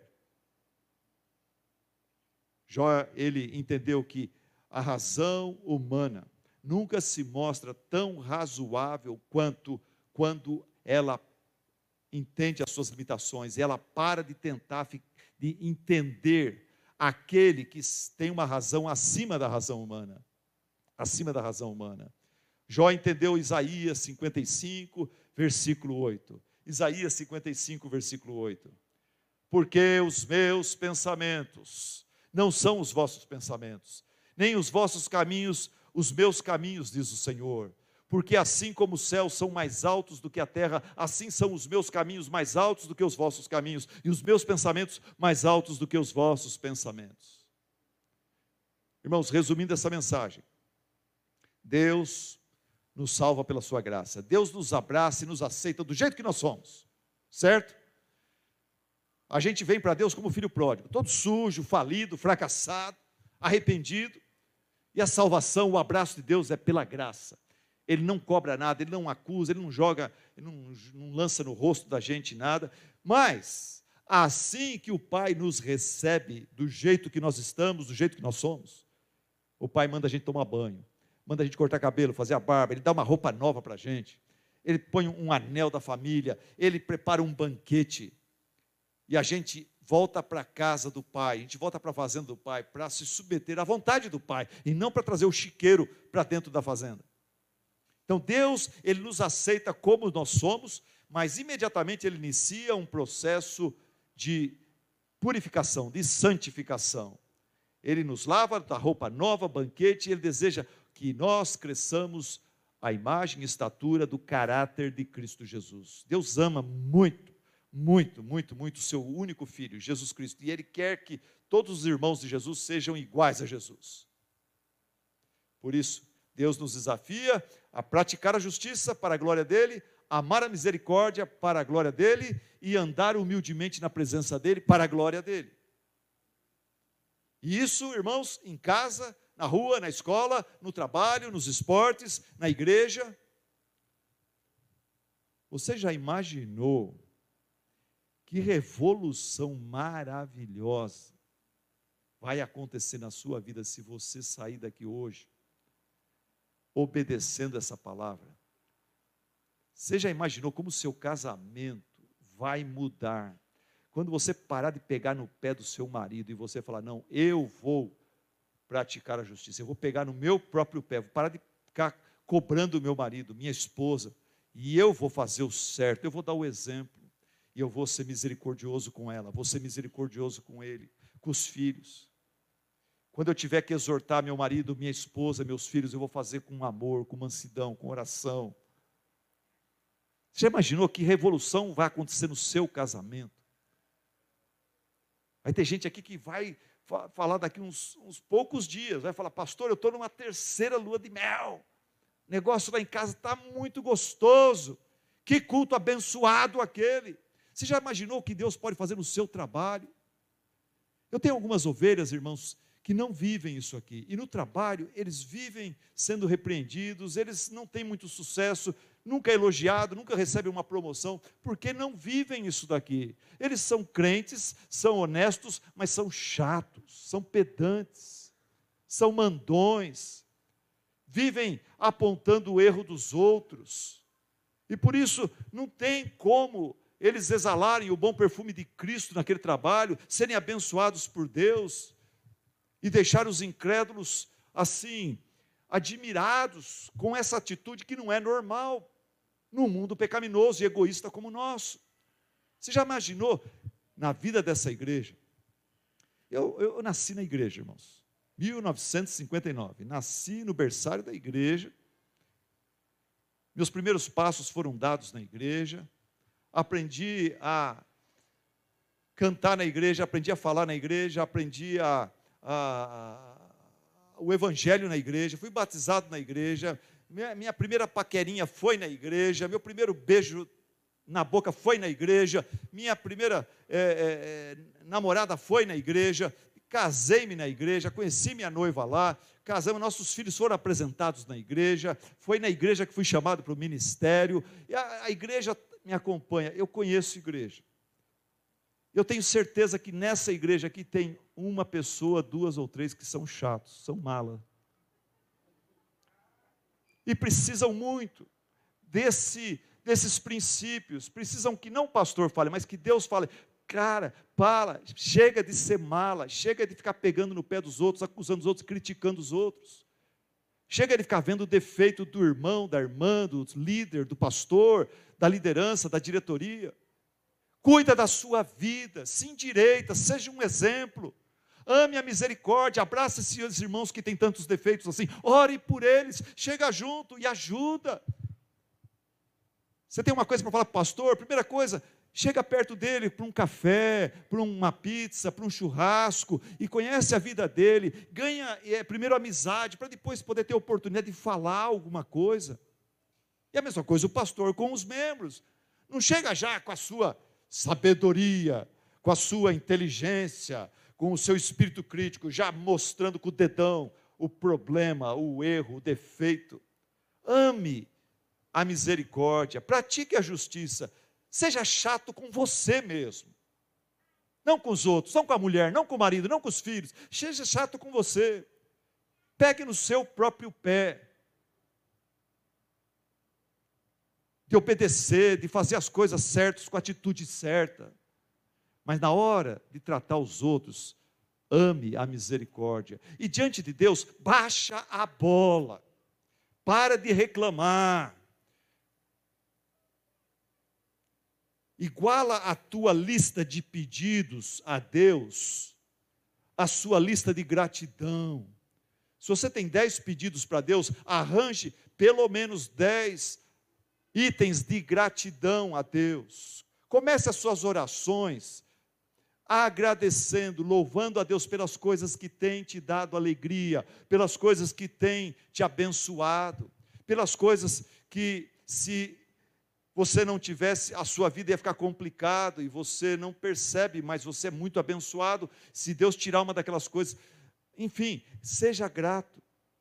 Jó, ele entendeu que a razão humana nunca se mostra tão razoável quanto quando ela entende as suas limitações, e ela para de tentar de entender aquele que tem uma razão acima da razão humana. Acima da razão humana. Jó entendeu Isaías 55, versículo 8. Isaías 55, versículo 8. Porque os meus pensamentos não são os vossos pensamentos, nem os vossos caminhos, os meus caminhos, diz o Senhor. Porque assim como os céus são mais altos do que a terra, assim são os meus caminhos mais altos do que os vossos caminhos, e os meus pensamentos mais altos do que os vossos pensamentos. Irmãos, resumindo essa mensagem, Deus nos salva pela sua graça. Deus nos abraça e nos aceita do jeito que nós somos, certo? A gente vem para Deus como filho pródigo, todo sujo, falido, fracassado, arrependido, e a salvação, o abraço de Deus é pela graça. Ele não cobra nada, ele não acusa, ele não joga, ele não lança no rosto da gente nada, mas assim que o Pai nos recebe do jeito que nós estamos, do jeito que nós somos, o Pai manda a gente tomar banho, manda a gente cortar cabelo, fazer a barba, ele dá uma roupa nova para a gente, ele põe um anel da família, ele prepara um banquete, e a gente volta para a casa do Pai, a gente volta para a fazenda do Pai, para se submeter à vontade do Pai, e não para trazer o chiqueiro para dentro da fazenda. Então Deus, Ele nos aceita como nós somos, mas imediatamente Ele inicia um processo de purificação, de santificação. Ele nos lava, dá roupa nova, banquete, e Ele deseja que nós cresçamos à imagem e estatura do caráter de Cristo Jesus. Deus ama muito, muito, muito, muito o seu único Filho, Jesus Cristo, e Ele quer que todos os irmãos de Jesus sejam iguais a Jesus. Por isso, Deus nos desafia a praticar a justiça para a glória dEle, amar a misericórdia para a glória dEle e andar humildemente na presença dEle para a glória dEle. E isso, irmãos, em casa, na rua, na escola, no trabalho, nos esportes, na igreja. Você já imaginou que revolução maravilhosa vai acontecer na sua vida se você sair daqui hoje obedecendo essa palavra? Você já imaginou como o seu casamento vai mudar quando você parar de pegar no pé do seu marido e você falar: não, eu vou praticar a justiça, eu vou pegar no meu próprio pé, vou parar de ficar cobrando o meu marido, minha esposa, e eu vou fazer o certo, eu vou dar o exemplo, e eu vou ser misericordioso com ela, vou ser misericordioso com ele, com os filhos. Quando eu tiver que exortar meu marido, minha esposa, meus filhos, eu vou fazer com amor, com mansidão, com oração. Você já imaginou que revolução vai acontecer no seu casamento? Vai ter gente aqui que vai falar daqui uns poucos dias, vai falar, pastor, eu estou numa terceira lua de mel, o negócio lá em casa está muito gostoso, que culto abençoado aquele. Você já imaginou o que Deus pode fazer no seu trabalho? Eu tenho algumas ovelhas, irmãos, que não vivem isso aqui, e no trabalho eles vivem sendo repreendidos, eles não têm muito sucesso, nunca é elogiado, nunca recebem uma promoção, porque não vivem isso daqui. Eles são crentes, são honestos, mas são chatos, são pedantes, são mandões, vivem apontando o erro dos outros, e por isso não tem como eles exalarem o bom perfume de Cristo naquele trabalho, serem abençoados por Deus, e deixar os incrédulos assim, admirados com essa atitude que não é normal num mundo pecaminoso e egoísta como o nosso. Você já imaginou na vida dessa igreja? Eu nasci na igreja, irmãos, 1959, nasci no berçário da igreja, meus primeiros passos foram dados na igreja, aprendi a cantar na igreja, aprendi a falar na igreja, aprendi o evangelho na igreja, fui batizado na igreja, minha primeira paquerinha foi na igreja, meu primeiro beijo na boca foi na igreja, minha primeira namorada foi na igreja, casei-me na igreja, conheci minha noiva lá, casamos, nossos filhos foram apresentados na igreja, foi na igreja que fui chamado para o ministério, e a igreja me acompanha, eu conheço igreja. Eu tenho certeza que nessa igreja aqui tem uma pessoa, duas ou três que são chatos, são mala. E precisam muito desses princípios, precisam que não o pastor fale, mas que Deus fale, cara, para, chega de ser mala, chega de ficar pegando no pé dos outros, acusando os outros, criticando os outros. Chega de ficar vendo o defeito do irmão, da irmã, do líder, do pastor, da liderança, da diretoria. Cuida da sua vida, se endireita, seja um exemplo. Ame a misericórdia, abraça esses irmãos que têm tantos defeitos assim, ore por eles, chega junto e ajuda. Você tem uma coisa para falar para o pastor? Primeira coisa, chega perto dele para um café, para uma pizza, para um churrasco, e conhece a vida dele, ganha primeiro amizade, para depois poder ter a oportunidade de falar alguma coisa. E a mesma coisa o pastor com os membros, não chega já com a sua sabedoria, com a sua inteligência, com o seu espírito crítico, já mostrando com o dedão o problema, o erro, o defeito. Ame a misericórdia, pratique a justiça, seja chato com você mesmo, não com os outros, não com a mulher, não com o marido, não com os filhos, seja chato com você, pegue no seu próprio pé, de obedecer, de fazer as coisas certas com a atitude certa, mas na hora de tratar os outros, ame a misericórdia, e diante de Deus, baixa a bola, para de reclamar, iguala a tua lista de pedidos a Deus, a sua lista de gratidão. Se você tem 10 pedidos para Deus, arranje pelo menos 10 itens de gratidão a Deus. Comece as suas orações agradecendo, louvando a Deus pelas coisas que tem te dado alegria, pelas coisas que tem te abençoado, pelas coisas que, se você não tivesse, a sua vida ia ficar complicado e você não percebe, mas você é muito abençoado se Deus tirar uma daquelas coisas. Enfim, seja grato.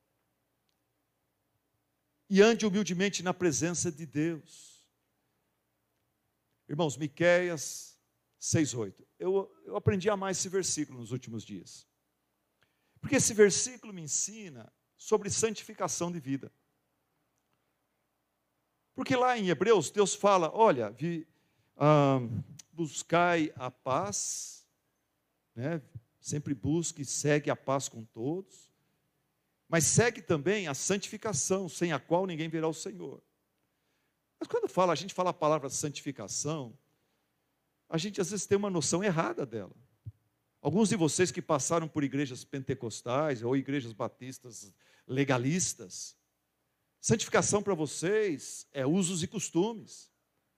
E ande humildemente na presença de Deus. Irmãos, Miqueias 6:8. Eu aprendi a amar esse versículo nos últimos dias. Porque esse versículo me ensina sobre santificação de vida. Porque lá em Hebreus, Deus fala, olha, buscai a paz, né? Sempre busque e segue a paz com todos, mas segue também a santificação, sem a qual ninguém verá o Senhor. Mas quando a gente fala a palavra santificação, a gente às vezes tem uma noção errada dela. Alguns de vocês que passaram por igrejas pentecostais ou igrejas batistas legalistas, santificação para vocês é usos e costumes.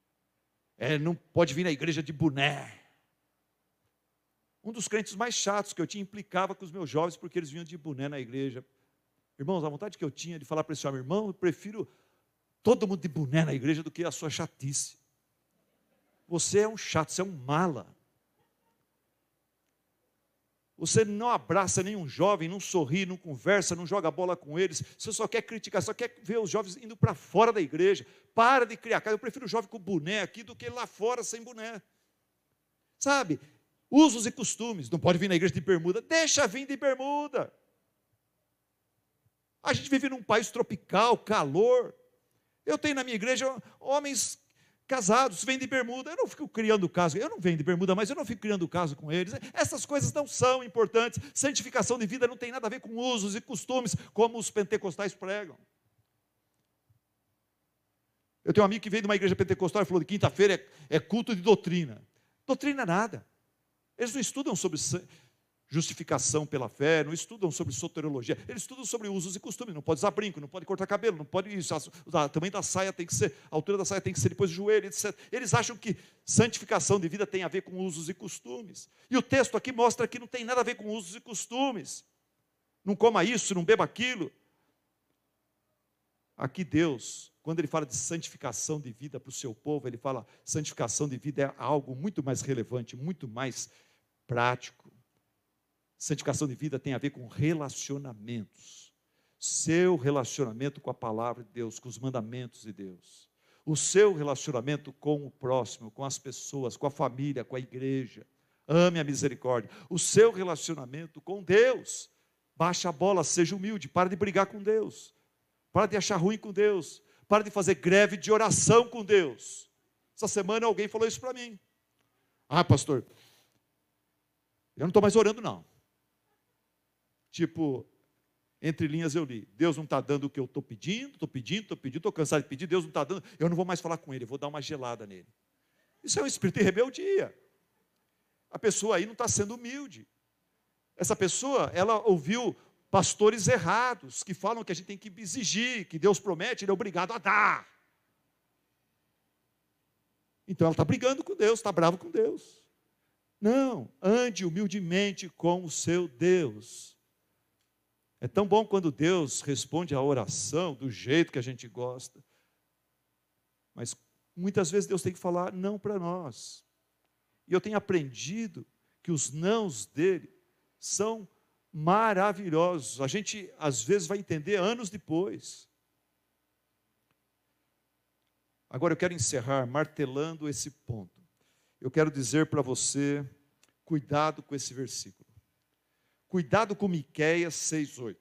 não pode vir na igreja de boné. Um dos crentes mais chatos que eu tinha implicava com os meus jovens porque eles vinham de boné na igreja. Irmãos, a vontade que eu tinha de falar para esse homem: irmão, eu prefiro todo mundo de boné na igreja do que a sua chatice. Você é um chato, você é um mala. Você não abraça nenhum jovem, não sorri, não conversa, não joga bola com eles. Você só quer criticar, só quer ver os jovens indo para fora da igreja. Para de criar casa. Eu prefiro o jovem com boné aqui do que lá fora sem boné. Sabe? Usos e costumes. Não pode vir na igreja de bermuda. Deixa vir de bermuda. A gente vive num país tropical, calor. Eu tenho na minha igreja homens casados, vêm de bermuda. Eu não fico criando caso. Eu não venho de bermuda, mas eu não fico criando caso com eles. Essas coisas não são importantes. Santificação de vida não tem nada a ver com usos e costumes, como os pentecostais pregam. Eu tenho um amigo que veio de uma igreja pentecostal e falou: de quinta-feira é culto de doutrina. Doutrina nada. Eles não estudam sobre justificação pela fé, não estudam sobre soteriologia, eles estudam sobre usos e costumes. Não pode usar brinco, não pode cortar cabelo, não pode isso, o tamanho da saia tem que ser, a altura da saia tem que ser depois do joelho, etc. Eles acham que santificação de vida tem a ver com usos e costumes. E o texto aqui mostra que não tem nada a ver com usos e costumes. Não coma isso, não beba aquilo. Aqui Deus, quando Ele fala de santificação de vida para o seu povo, Ele fala: santificação de vida é algo muito mais relevante, muito mais prático. Santificação de vida tem a ver com relacionamentos. Seu relacionamento com a palavra de Deus, com os mandamentos de Deus. O seu relacionamento com o próximo, com as pessoas, com a família, com a igreja. Ame a misericórdia. O seu relacionamento com Deus. Baixa a bola, seja humilde, para de brigar com Deus. Para de achar ruim com Deus. Para de fazer greve de oração com Deus. Essa semana alguém falou isso para mim. Ah, pastor, eu não estou mais orando não. Tipo, entre linhas eu li: Deus não está dando o que eu estou pedindo, estou cansado de pedir, Deus não está dando, eu não vou mais falar com Ele, eu vou dar uma gelada nele. Isso é um espírito de rebeldia. A pessoa aí não está sendo humilde. Essa pessoa, ela ouviu pastores errados, que falam que a gente tem que exigir, que Deus promete, Ele é obrigado a dar. Então ela está brigando com Deus, está bravo com Deus. Não, ande humildemente com o seu Deus. É tão bom quando Deus responde a oração do jeito que a gente gosta. Mas muitas vezes Deus tem que falar não para nós. E eu tenho aprendido que os nãos dele são maravilhosos. A gente às vezes vai entender anos depois. Agora eu quero encerrar martelando esse ponto. Eu quero dizer para você, cuidado com esse versículo. Cuidado com Miqueias 6,8.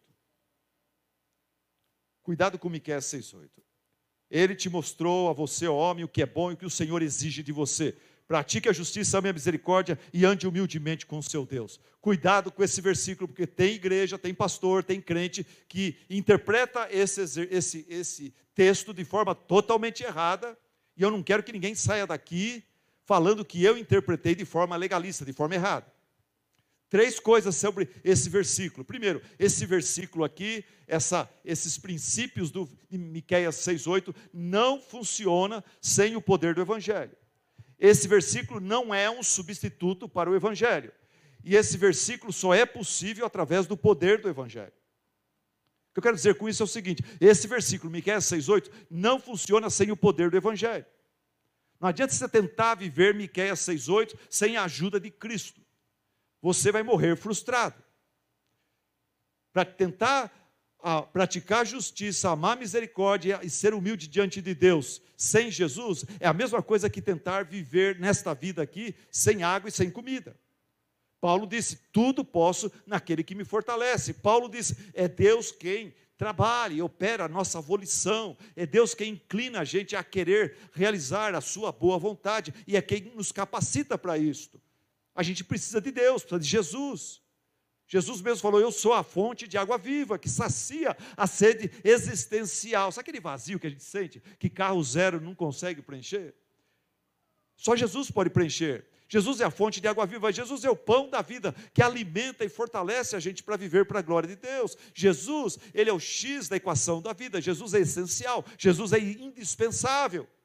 Cuidado com Miqueias 6,8. Ele te mostrou a você, ó homem, o que é bom e o que o Senhor exige de você. Pratique a justiça, ame a misericórdia e ande humildemente com o seu Deus. Cuidado com esse versículo, porque tem igreja, tem pastor, tem crente que interpreta esse texto de forma totalmente errada. E eu não quero que ninguém saia daqui falando que eu interpretei de forma legalista, de forma errada. 3 coisas sobre esse versículo. Primeiro, esse versículo aqui, esses princípios de Miqueias 6,8, não funciona sem o poder do Evangelho. Esse versículo não é um substituto para o Evangelho. E esse versículo só é possível através do poder do Evangelho. O que eu quero dizer com isso é o seguinte: esse versículo, Miqueias 6,8, não funciona sem o poder do Evangelho. Não adianta você tentar viver Miqueias 6,8 sem a ajuda de Cristo. Você vai morrer frustrado. Para tentar praticar justiça, amar misericórdia e ser humilde diante de Deus sem Jesus, é a mesma coisa que tentar viver nesta vida aqui sem água e sem comida. Paulo disse: tudo posso naquele que me fortalece. Paulo disse: é Deus quem trabalha e opera a nossa volição, é Deus quem inclina a gente a querer realizar a sua boa vontade, e é quem nos capacita para isto. A gente precisa de Deus, precisa de Jesus. Jesus mesmo falou: eu sou a fonte de água viva, que sacia a sede existencial. Sabe aquele vazio que a gente sente, que carro zero não consegue preencher? Só Jesus pode preencher. Jesus é a fonte de água viva, Jesus é o pão da vida, que alimenta e fortalece a gente para viver para a glória de Deus. Jesus, Ele é o X da equação da vida, Jesus é essencial, Jesus é indispensável.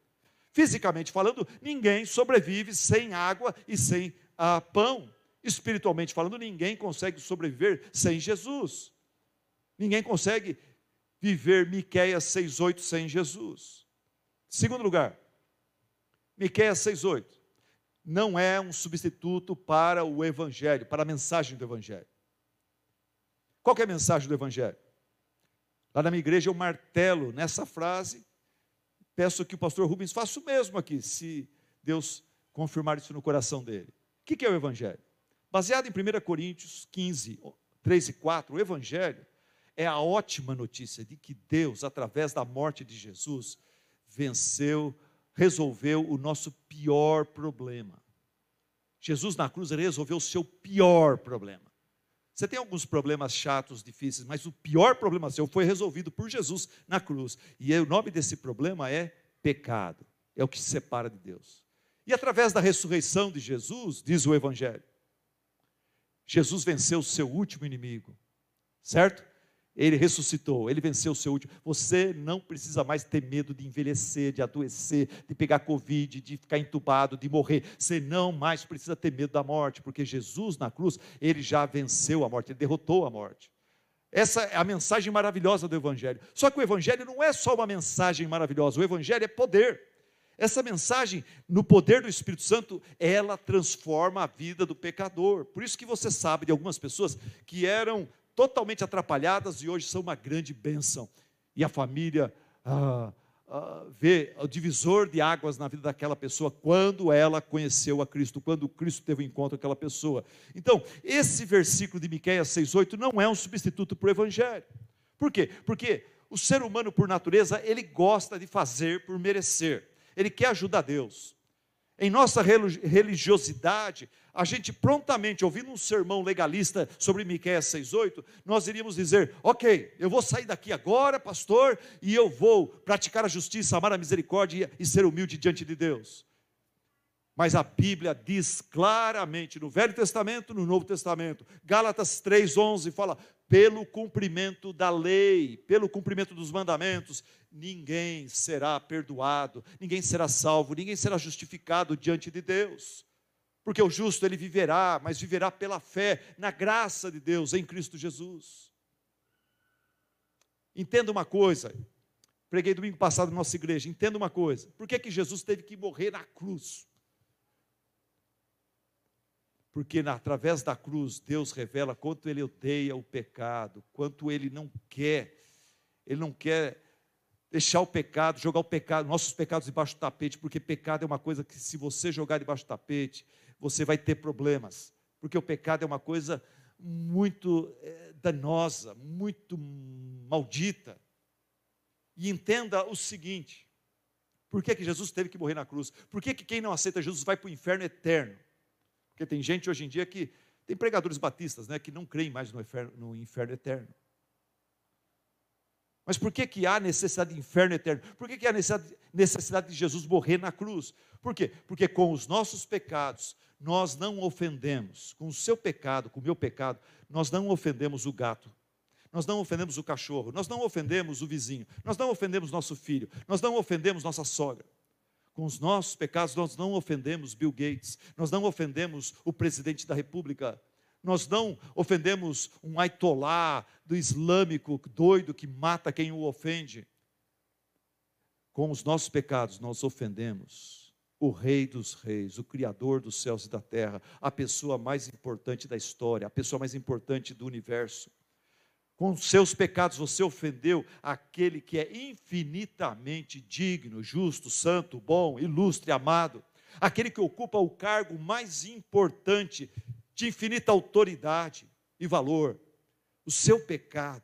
Fisicamente falando, ninguém sobrevive sem água e sem pão. Espiritualmente falando, ninguém consegue sobreviver sem Jesus. Ninguém consegue viver Miqueias 6,8 sem Jesus. Segundo lugar, Miqueias 6,8 não é um substituto para o Evangelho, para a mensagem do Evangelho. Qual que é a mensagem do Evangelho? Lá na minha igreja eu martelo nessa frase, peço que o pastor Rubens faça o mesmo aqui, se Deus confirmar isso no coração dele. O que é o Evangelho? Baseado em 1 Coríntios 15, 3 e 4, o Evangelho é a ótima notícia de que Deus, através da morte de Jesus, resolveu o nosso pior problema. Jesus na cruz resolveu o seu pior problema. Você tem alguns problemas chatos, difíceis, mas o pior problema seu foi resolvido por Jesus na cruz. E o nome desse problema é pecado. É o que se separa de Deus. E através da ressurreição de Jesus, diz o Evangelho, Jesus venceu o seu último inimigo, certo? Ele ressuscitou, ele venceu o seu último. Você não precisa mais ter medo de envelhecer, de adoecer, de pegar Covid, de ficar entubado, de morrer. Você não mais precisa ter medo da morte, porque Jesus na cruz, ele já venceu a morte, ele derrotou a morte. Essa é a mensagem maravilhosa do Evangelho. Só que o Evangelho não é só uma mensagem maravilhosa, o Evangelho é poder. Essa mensagem, no poder do Espírito Santo, ela transforma a vida do pecador. Por isso que você sabe de algumas pessoas que eram totalmente atrapalhadas e hoje são uma grande bênção. E a família vê o divisor de águas na vida daquela pessoa quando ela conheceu a Cristo, quando Cristo teve um encontro com aquela pessoa. Então, esse versículo de Miqueias 6,8 não é um substituto para o Evangelho. Por quê? Porque o ser humano, por natureza, ele gosta de fazer por merecer. Ele quer ajudar Deus. Em nossa religiosidade, a gente prontamente, ouvindo um sermão legalista sobre Miqueias 6,8, nós iríamos dizer, ok, eu vou sair daqui agora, pastor, e eu vou praticar a justiça, amar a misericórdia e ser humilde diante de Deus. Mas a Bíblia diz claramente, no Velho Testamento, no Novo Testamento, Gálatas 3,11 fala, pelo cumprimento da lei, pelo cumprimento dos mandamentos, ninguém será perdoado, ninguém será salvo, ninguém será justificado diante de Deus. Porque o justo ele viverá, mas viverá pela fé, na graça de Deus, em Cristo Jesus. Entenda uma coisa, preguei domingo passado na nossa igreja, entenda uma coisa, por que Jesus teve que morrer na cruz? Porque através da cruz, Deus revela quanto Ele odeia o pecado, quanto Ele não quer deixar o pecado, jogar o pecado, nossos pecados debaixo do tapete, porque pecado é uma coisa que se você jogar debaixo do tapete, você vai ter problemas, porque o pecado é uma coisa muito danosa, muito maldita. E entenda o seguinte, por que Jesus teve que morrer na cruz? Por que quem não aceita Jesus vai para o inferno eterno? Porque tem gente hoje em dia que, tem pregadores batistas, né, que não creem mais no inferno eterno. Mas por que há necessidade de inferno eterno? Por que há necessidade de Jesus morrer na cruz? Por quê? Porque com os nossos pecados, nós não ofendemos, com o seu pecado, com o meu pecado, nós não ofendemos o gato, nós não ofendemos o cachorro, nós não ofendemos o vizinho, nós não ofendemos nosso filho, nós não ofendemos nossa sogra. Com os nossos pecados, nós não ofendemos Bill Gates, nós não ofendemos o presidente da república, nós não ofendemos um aitolá do islâmico doido que mata quem o ofende. Com os nossos pecados, nós ofendemos o Rei dos Reis, o Criador dos céus e da terra, a pessoa mais importante da história, a pessoa mais importante do universo. Com os seus pecados você ofendeu aquele que é infinitamente digno, justo, santo, bom, ilustre, amado. Aquele que ocupa o cargo mais importante, de infinita autoridade e valor. O seu pecado,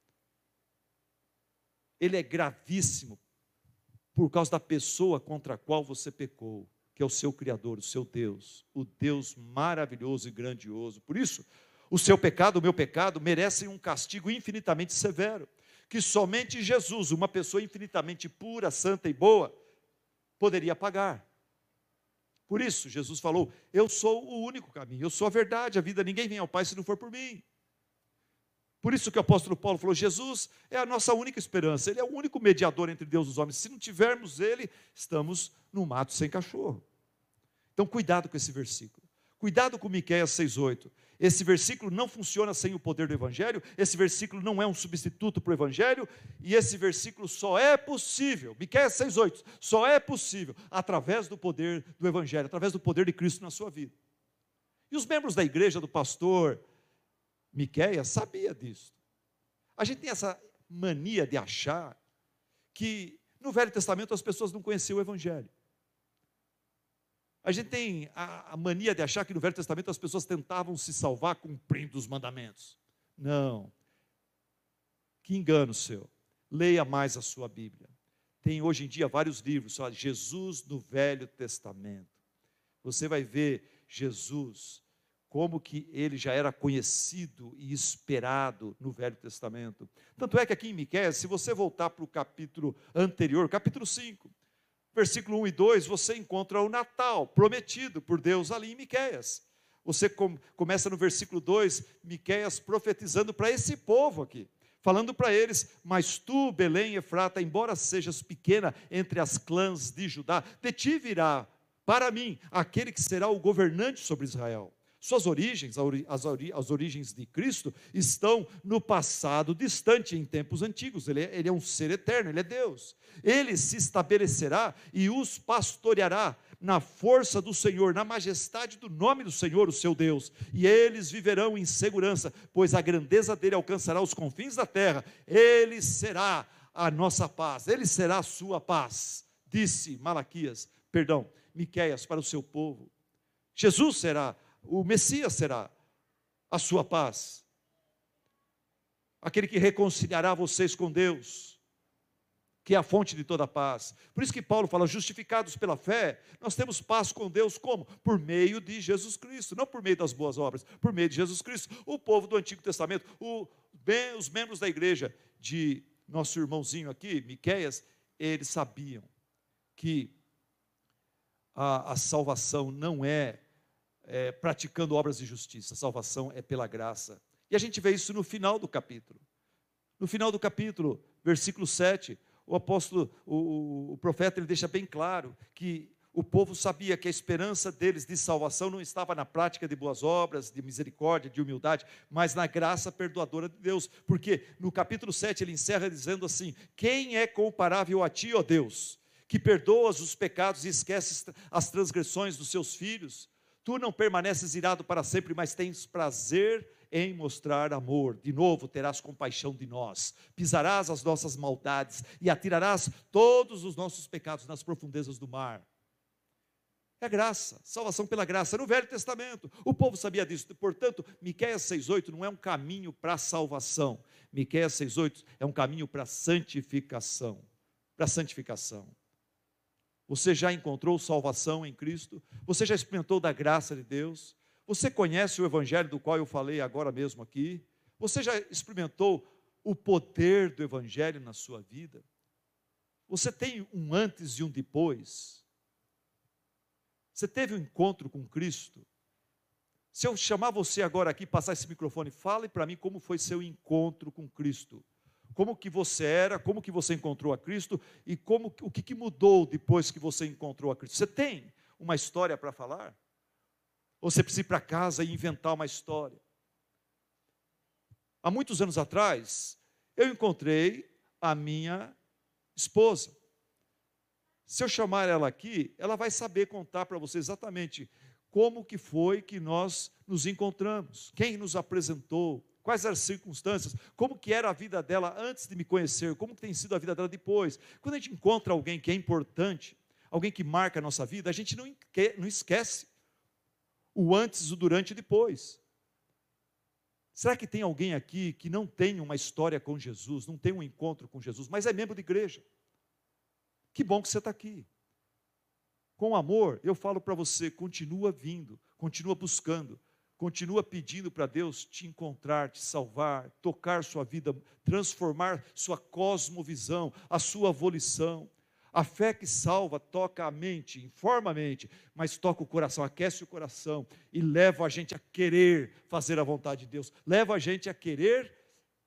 ele é gravíssimo por causa da pessoa contra a qual você pecou, que é o seu Criador, o seu Deus, o Deus maravilhoso e grandioso. Por isso, o seu pecado, o meu pecado, merecem um castigo infinitamente severo, que somente Jesus, uma pessoa infinitamente pura, santa e boa, poderia pagar. Por isso, Jesus falou, eu sou o único caminho, eu sou a verdade, a vida, ninguém vem ao Pai se não for por mim. Por isso que o apóstolo Paulo falou, Jesus é a nossa única esperança, Ele é o único mediador entre Deus e os homens. Se não tivermos Ele, estamos no mato sem cachorro. Então cuidado com esse versículo. Cuidado com Miqueias 6,8. Esse versículo não funciona sem o poder do Evangelho, esse versículo não é um substituto para o Evangelho, e esse versículo só é possível, Miqueias 6,8, só é possível através do poder do Evangelho, através do poder de Cristo na sua vida. E os membros da igreja do pastor Miqueias sabia disso. A gente tem essa mania de achar que no Velho Testamento as pessoas não conheciam o Evangelho. A gente tem a mania de achar que no Velho Testamento as pessoas tentavam se salvar cumprindo os mandamentos. Não. Que engano seu. Leia mais a sua Bíblia. Tem hoje em dia vários livros, só Jesus no Velho Testamento. Você vai ver Jesus, como que ele já era conhecido e esperado no Velho Testamento. Tanto é que aqui em Miqueias, se você voltar para o capítulo anterior, capítulo 5, versículo 1 e 2, você encontra o Natal prometido por Deus ali em Miqueias. Você começa no versículo 2, Miqueias profetizando para esse povo aqui, falando para eles, mas tu, Belém, Efrata, embora sejas pequena entre as clãs de Judá, de ti virá para mim aquele que será o governante sobre Israel. Suas origens, as origens de Cristo, estão no passado distante, em tempos antigos. Ele é um ser eterno, Ele é Deus. Ele se estabelecerá e os pastoreará na força do Senhor, na majestade do nome do Senhor, o seu Deus. E eles viverão em segurança, pois a grandeza dele alcançará os confins da terra. Ele será a nossa paz, Ele será a sua paz. Disse Miqueias para o seu povo. Jesus será, o Messias será a sua paz, aquele que reconciliará vocês com Deus, que é a fonte de toda paz. Por isso que Paulo fala, justificados pela fé, nós temos paz com Deus, como? Por meio de Jesus Cristo, não por meio das boas obras, por meio de Jesus Cristo. O povo do Antigo Testamento, os membros da igreja de nosso irmãozinho aqui, Miqueias, eles sabiam que a salvação não é praticando obras de justiça, a salvação é pela graça. E a gente vê isso no final do capítulo. No final do capítulo, versículo 7, o apóstolo, o profeta, ele deixa bem claro que o povo sabia que a esperança deles de salvação não estava na prática de boas obras, de misericórdia, de humildade, mas na graça perdoadora de Deus. Porque no capítulo 7 ele encerra dizendo assim: quem é comparável a ti, ó Deus, que perdoas os pecados e esqueces as transgressões dos seus filhos? Tu não permaneces irado para sempre, mas tens prazer em mostrar amor. De novo terás compaixão de nós, pisarás as nossas maldades e atirarás todos os nossos pecados nas profundezas do mar. É graça, salvação pela graça. No Velho Testamento, o povo sabia disso. Portanto, Miqueias 6,8 não é um caminho para a salvação. Miqueias 6,8 é um caminho para a santificação. Para a santificação. Você já encontrou salvação em Cristo? Você já experimentou da graça de Deus? Você conhece o Evangelho do qual eu falei agora mesmo aqui? Você já experimentou o poder do Evangelho na sua vida? Você tem um antes e um depois? Você teve um encontro com Cristo? Se eu chamar você agora aqui, passar esse microfone, fale para mim como foi seu encontro com Cristo. Como que você era, como que você encontrou a Cristo e o que mudou depois que você encontrou a Cristo. Você tem uma história para falar? Ou você precisa ir para casa e inventar uma história? Há muitos anos atrás, eu encontrei a minha esposa. Se eu chamar ela aqui, ela vai saber contar para você exatamente como que foi que nós nos encontramos, quem nos apresentou, quais eram as circunstâncias, como que era a vida dela antes de me conhecer, como que tem sido a vida dela depois. Quando a gente encontra alguém que é importante, alguém que marca a nossa vida, a gente não esquece o antes, o durante e depois. Será que tem alguém aqui que não tem uma história com Jesus, não tem um encontro com Jesus, mas é membro de igreja? Que bom que você está aqui. Com amor, eu falo para você, continua vindo, continua buscando, continua pedindo para Deus te encontrar, te salvar, tocar sua vida, transformar sua cosmovisão, a sua volição. A fé que salva toca a mente, informa a mente, mas toca o coração, aquece o coração e leva a gente a querer fazer a vontade de Deus, leva a gente a querer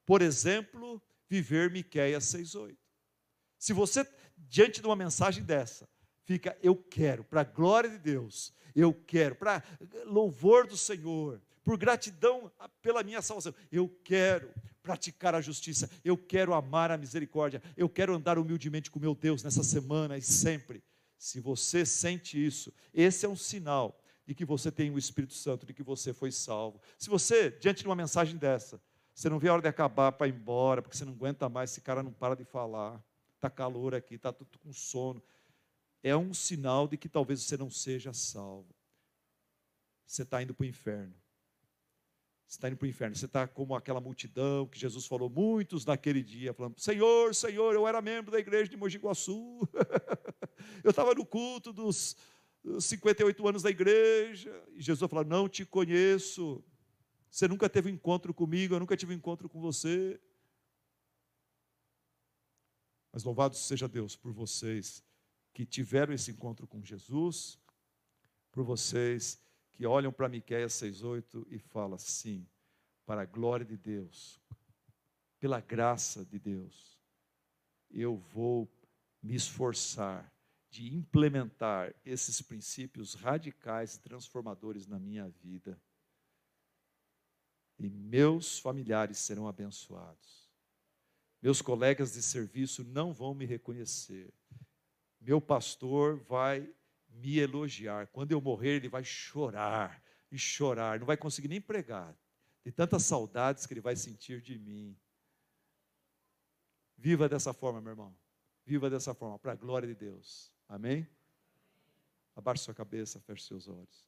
Por exemplo, viver Miqueias 6:8. Se você, diante de uma mensagem dessa, fica, eu quero, para a glória de Deus, eu quero, para louvor do Senhor, por gratidão pela minha salvação, eu quero praticar a justiça, eu quero amar a misericórdia, eu quero andar humildemente com meu Deus nessa semana e sempre. Se você sente isso, esse é um sinal de que você tem o Espírito Santo, de que você foi salvo. Se você, diante de uma mensagem dessa, você não vê a hora de acabar para ir embora, porque você não aguenta mais, esse cara não para de falar, está calor aqui, está tudo com sono, é um sinal de que talvez você não seja salvo. Você está indo para o inferno. Você está indo para o inferno. Você está como aquela multidão que Jesus falou, muitos naquele dia, falando, Senhor, Senhor, eu era membro da igreja de Mogi Guaçu. Eu estava no culto dos 58 anos da igreja. E Jesus falou, não te conheço. Você nunca teve um encontro comigo, eu nunca tive um encontro com você. Mas louvado seja Deus por vocês que tiveram esse encontro com Jesus, por vocês que olham para Miqueias 6:8 e falam, sim, para a glória de Deus, pela graça de Deus, eu vou me esforçar de implementar esses princípios radicais e transformadores na minha vida. E meus familiares serão abençoados. Meus colegas de serviço não vão me reconhecer. Meu pastor vai me elogiar. Quando eu morrer, ele vai chorar e chorar. Não vai conseguir nem pregar. De tantas saudades que ele vai sentir de mim. Viva dessa forma, meu irmão. Viva dessa forma, para a glória de Deus. Amém? Abaixe sua cabeça, feche seus olhos.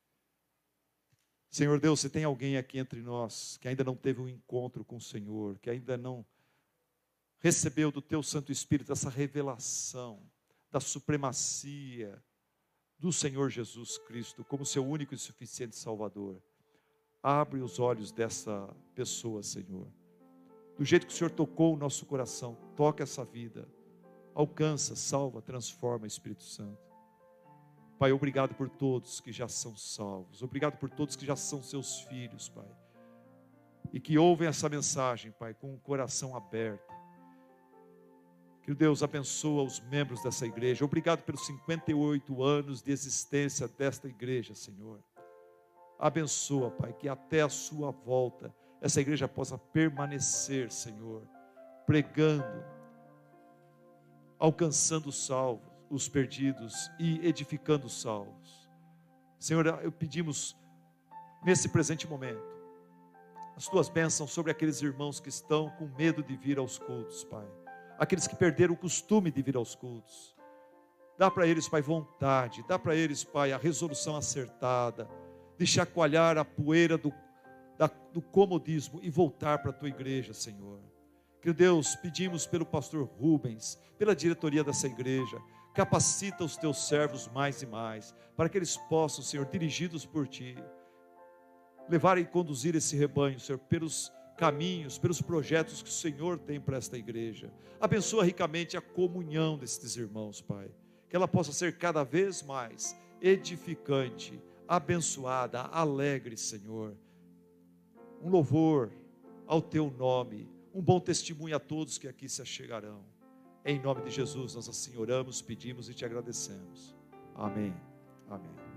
Senhor Deus, se tem alguém aqui entre nós que ainda não teve um encontro com o Senhor, que ainda não recebeu do Teu Santo Espírito essa revelação da supremacia do Senhor Jesus Cristo como seu único e suficiente Salvador, abre os olhos dessa pessoa, Senhor. Do jeito que o Senhor tocou o nosso coração, toca essa vida, alcança, salva, transforma, Espírito Santo. Pai, obrigado por todos que já são salvos, obrigado por todos que já são seus filhos, Pai, e que ouvem essa mensagem, Pai, com o coração aberto. Que o Deus abençoa os membros dessa igreja. Obrigado pelos 58 anos de existência desta igreja, Senhor. Abençoa, Pai, que até a sua volta essa igreja possa permanecer, Senhor, pregando, alcançando os salvos, os perdidos e edificando os salvos. Senhor, eu pedimos nesse presente momento as tuas bênçãos sobre aqueles irmãos que estão com medo de vir aos cultos, Pai. Aqueles que perderam o costume de vir aos cultos. Dá para eles, Pai, vontade. Dá para eles, Pai, a resolução acertada. De chacoalhar a poeira do comodismo e voltar para a Tua igreja, Senhor. Que Deus, pedimos pelo pastor Rubens, pela diretoria dessa igreja, capacita os Teus servos mais e mais, para que eles possam, Senhor, dirigidos por Ti, levar e conduzir esse rebanho, Senhor, pelos caminhos, pelos projetos que o Senhor tem para esta igreja. Abençoa ricamente a comunhão destes irmãos, Pai, que ela possa ser cada vez mais edificante, abençoada, alegre, Senhor. Um louvor ao Teu nome, um bom testemunho a todos que aqui se achegarão. Em nome de Jesus nós assim oramos, pedimos e Te agradecemos. Amém. Amém.